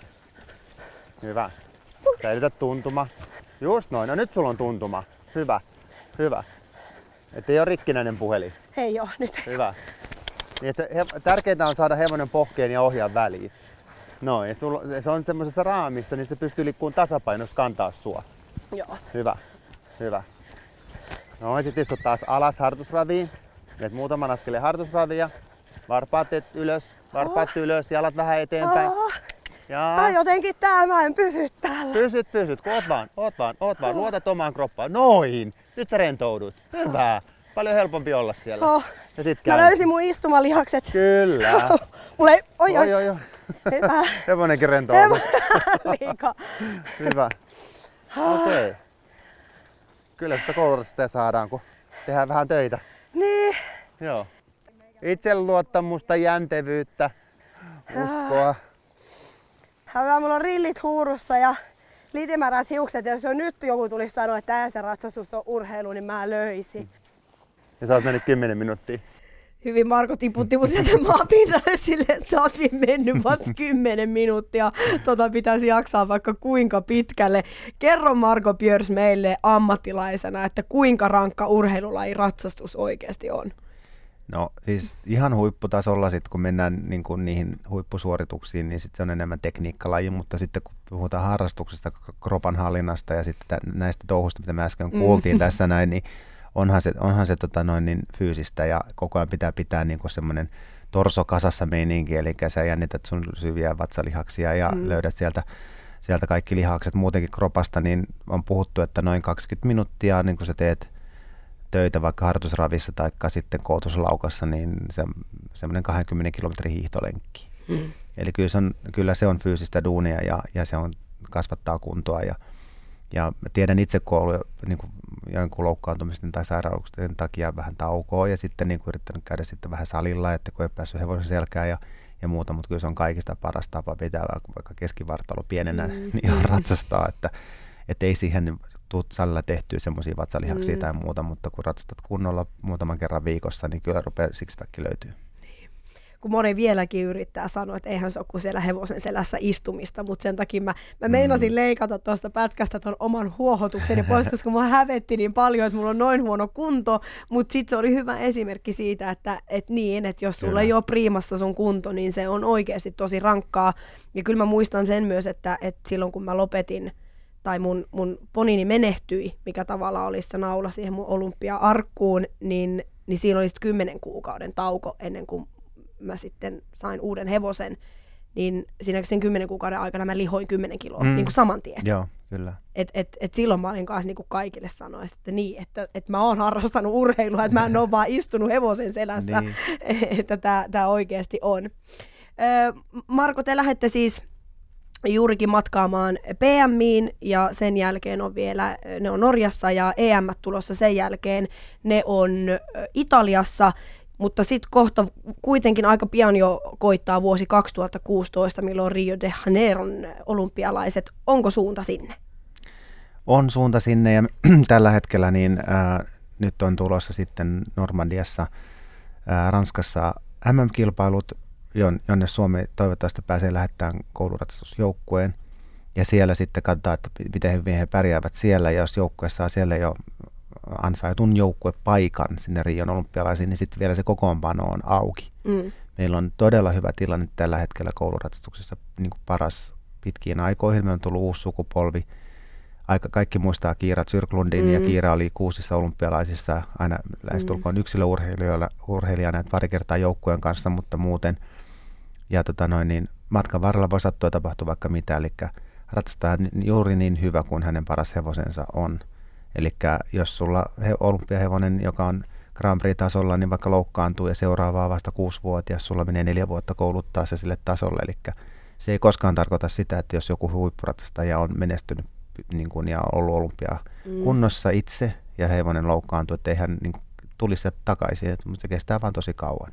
Hyvä. Säilytä tuntuma. Just noin. No nyt sulla on tuntuma. Hyvä. Hyvä. Ettei ole rikkinäinen puhelin. Hei joo, nyt. Hyvä. Niin, tärkeintä on saada hevonen pohkeen ja ohjaan väliin. Noin. Et se on semmoisessa raamissa, niin se pystyy liikkumaan tasapainossa kantaa sua. Joo. Hyvä. Hyvä. Noin, sit istut taas alas harjoitusraviin. Teet muutaman askeleen harjoitusravia. Varpaat ylös, jalat vähän eteenpäin. Ja jotenkin mä en pysy täällä. Pysyt, kun oot vaan. Luotat omaan kroppaan. Noin! Nyt sä rentoudut. Hyvä. paljon helpompi olla siellä. Oh. Ja sit Mä löysin mun istumalihakset. Kyllä. Mulla ei... Oi. Hyvä. Hevonenkin rentoutuu. Liikaa. Hyvä. Okei. Okay. Kyllä sitä koulutusta saadaan, kun tehdään vähän töitä. Niin. Joo. Itseluottamusta, jäntevyyttä, uskoa. Hyvä, mulla on rillit huurussa ja litimärät hiukset. Jos jo nyt joku tulisi sanoa, että tää se ratsastus on urheilu, niin mä löisin. Ja sä oot mennyt 10 minuuttia. Hyvin Marko tiputti mun sieltä maapinnalle silleen, että sä oot mennyt vasta 10 minuuttia. Pitäisi jaksaa vaikka kuinka pitkälle. Kerro Marko Björs meille ammattilaisena, että kuinka rankka urheilulaji ratsastus oikeasti on? No siis ihan huipputasolla sitten, kun mennään niihin huippusuorituksiin, niin sitten se on enemmän tekniikkalaji, mutta sitten kun puhutaan harrastuksesta, kropan hallinnasta ja sitten näistä touhusta, mitä me äsken kuultiin tässä näin, niin onhan se niin fyysistä ja koko ajan pitää niin kuin semmoinen torso kasassa meininki, eli sä jännität sun syviä vatsalihaksia ja löydät sieltä kaikki lihakset muutenkin kropasta, niin on puhuttu, että noin 20 minuuttia niin kun sä teet töitä vaikka harjoitusravissa tai sitten koulutuslaukassa, niin se semmoinen 20 kilometrin hiihtolenkki. Eli kyllä se on fyysistä duunia ja se on kasvattaa kuntoa ja tiedän itse, kun olen ollut niin jonkun loukkaantumisten tai sairauksien takia vähän taukoa ja sitten niin yrittänyt käydä sitten vähän salilla, että kun ei päässyt hevosen selkään ja muuta, mutta kyllä se on kaikista paras tapa pitää vaikka keskivartalo pienenä niin ratsastaa, että ei siihen tule salilla tehtyä semmoisia vatsalihaksia tai muuta, mutta kun ratsastat kunnolla muutaman kerran viikossa, niin kyllä rupeaa sixpack löytyy. Kun moni vieläkin yrittää sanoa, että eihän se ole kuin siellä hevosen selässä istumista, mutta sen takia mä meinasin leikata tuosta pätkästä ton oman huohotukseni pois, koska mua hävetti niin paljon, että mulla on noin huono kunto, mutta sitten se oli hyvä esimerkki siitä, että jos sulla ei ole priimassa sun kunto, niin se on oikeasti tosi rankkaa. Ja kyllä mä muistan sen myös, että silloin kun mä lopetin, tai mun ponini menehtyi, mikä tavallaan olisi se naula siihen mun olympia-arkkuun, niin siinä oli 10 kuukauden tauko ennen kuin mä sitten sain uuden hevosen, niin siinä sen 10 kuukauden aikana mä lihoin 10 kiloa niin kuin saman tien. Joo, kyllä. Et silloin mä olin kanssa niin kuin kaikille sanoisin, että mä oon harrastanut urheilua, että mä en ole vaan istunut hevosen selässä, niin. Että tää oikeasti on. Marko, te lähdette siis juurikin matkaamaan PM:iin ja sen jälkeen ne on Norjassa ja EM tulossa sen jälkeen, ne on Italiassa. Mutta sitten kohta kuitenkin aika pian jo koittaa vuosi 2016, milloin Rio de Janeiron olympialaiset. Onko suunta sinne? On suunta sinne ja tällä hetkellä nyt on tulossa sitten Normandiassa, Ranskassa MM-kilpailut, jonne Suomi toivottavasti pääsee lähettämään kouluratsastusjoukkueen. Ja siellä sitten katsotaan, että miten hyvin he pärjäävät siellä, ja jos joukkue saa siellä jo ansaitun joukkuepaikan sinne Rion olympialaisiin, niin sitten vielä se kokoonpano on auki. Meillä on todella hyvä tilanne tällä hetkellä kouluratsastuksessa, niin kuin paras pitkiin aikoihin. Meillä on tullut uusi sukupolvi. Kaikki muistaa Kiira Zyrklundin, ja Kiira oli 6 olympialaisissa aina lähestulkoon yksilöurheilijana, että pari kertaa joukkueen kanssa, mutta muuten. Ja niin matkan varrella voi sattua tapahtua vaikka mitä, eli ratsastaa juuri niin hyvä kuin hänen paras hevosensa on. Eli jos sulla olympiahevonen, joka on Grand Prix-tasolla, niin vaikka loukkaantuu ja seuraavaa vasta 6-vuotias, sulla menee 4 vuotta kouluttaa se sille tasolle. Eli se ei koskaan tarkoita sitä, että jos joku huippuratsastaja on menestynyt niin kuin, ja ollut olympiakunnossa itse ja hevonen loukkaantuu, että ei hän niin kuin, tulisi sieltä takaisin, mutta se kestää vaan tosi kauan.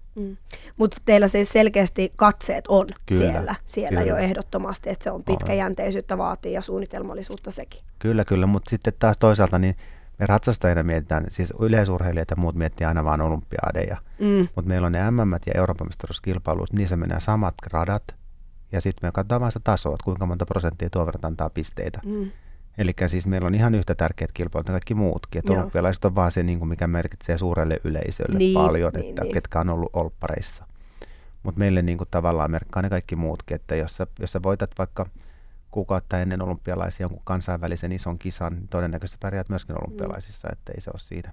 Mutta teillä siis selkeästi katseet on siellä jo ehdottomasti, että se on pitkäjänteisyyttä vaatii ja suunnitelmallisuutta sekin. Kyllä, mutta sitten taas toisaalta niin me ratsastajina mietitään, siis yleisurheilijat ja muut miettii aina vaan olympiaadeja, mutta meillä on ne MM- ja Euroopan mestaruuskilpailut, niissä mennään samat radat ja sitten me katsotaan vaan sitä tasoa, että kuinka monta prosenttia tuo verran antaa pisteitä. Eli siis meillä on ihan yhtä tärkeät kilpailut ja kaikki muutkin. Että olympialaiset on vaan se, mikä merkitsee suurelle yleisölle paljon, että ketkä on ollut olppareissa. Mutta meille tavallaan merkkaa ne kaikki muutkin, että jos sä voitat vaikka kuukautta ennen olympialaisia jonkun kansainvälisen ison kisan, niin todennäköisesti pärjäät myöskin olympialaisissa, ettei se ole siitä.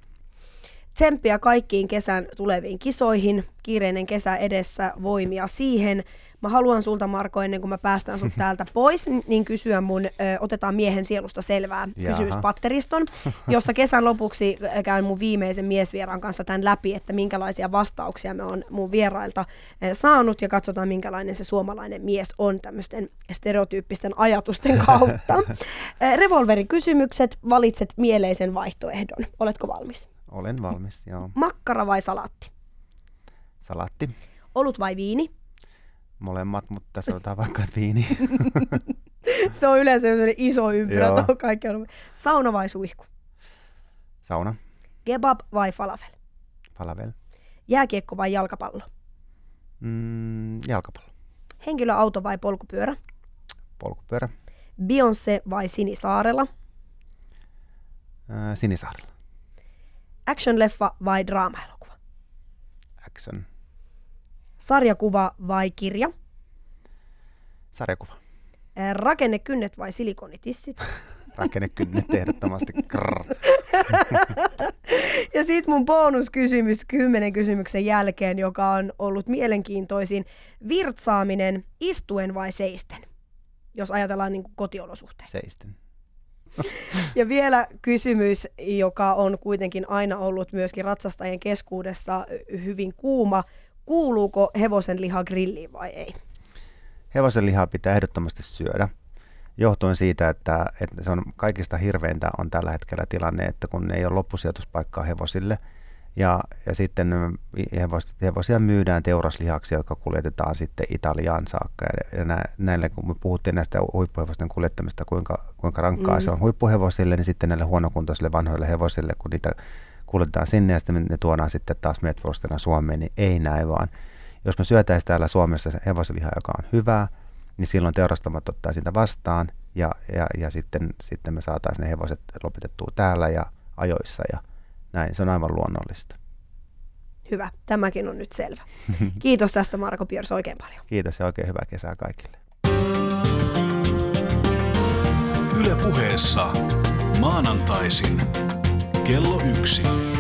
Tsemppiä kaikkiin kesän tuleviin kisoihin. Kiireinen kesä edessä, voimia siihen. Mä haluan sulta, Marko, ennen kuin mä päästän sut täältä pois, niin kysyä mun Otetaan miehen sielusta selvää kysymyspatteriston, jossa kesän lopuksi käyn mun viimeisen miesvieraan kanssa tämän läpi, että minkälaisia vastauksia me on mun vierailta saanut ja katsotaan, minkälainen se suomalainen mies on tämmöisten stereotyyppisten ajatusten kautta. Revolverikysymykset, valitset mieleisen vaihtoehdon. Oletko valmis? Olen valmis, joo. Makkara vai salaatti? Salaatti. Olut vai viini? Molemmat, mutta sanotaan vaikka, että viini. Se on yleensä sellainen iso ympyrä. Sauna vai suihku? Sauna. Kebab vai falafel? Falafel. Jääkiekko vai jalkapallo? Jalkapallo. Henkilöauto vai polkupyörä? Polkupyörä. Beyoncé vai Sinisaarella? Sinisaarella. Action-leffa vai draama-elokuva? Action. Sarjakuva vai kirja? Sarjakuva. Rakennekynnet vai silikonitissit? Rakennekynnet ehdottomasti. Ja sitten mun bonuskysymys 10 kysymyksen jälkeen, joka on ollut mielenkiintoisin. Virtsaaminen istuen vai seisten? Jos ajatellaan niin kuin kotiolosuhteita. Seisten. Ja vielä kysymys, joka on kuitenkin aina ollut myöskin ratsastajien keskuudessa hyvin kuuma. Kuuluuko hevosen liha grilliin vai ei? Hevosen lihaa pitää ehdottomasti syödä. Johtuen siitä, että se on kaikista hirveintä on tällä hetkellä tilanne, että kun ei ole loppusijoituspaikkaa hevosille ja sitten hevosia myydään teuraslihaksi, jotka kuljetetaan sitten Italiaan saakka. Ja näille, kun me puhuttiin näistä huippuhevosten kuljettamista, kuinka rankkaa se on huippuhevosille, niin sitten näille huonokuntoisille vanhoille hevosille, kun niitä kuljetetaan sinne ja sitten ne tuodaan sitten taas metforstena Suomeen, niin ei näin vaan. Jos me syötäisiin täällä Suomessa se hevosenliha, joka on hyvää, niin silloin teurastamat ottaa sitä vastaan ja sitten me saataisiin ne hevoset lopetettua täällä ja ajoissa ja näin. Se on aivan luonnollista. Hyvä. Tämäkin on nyt selvä. Kiitos tästä, Marko Björs, oikein paljon. Kiitos ja oikein hyvää kesää kaikille. Yle Puheessa maanantaisin kello 1.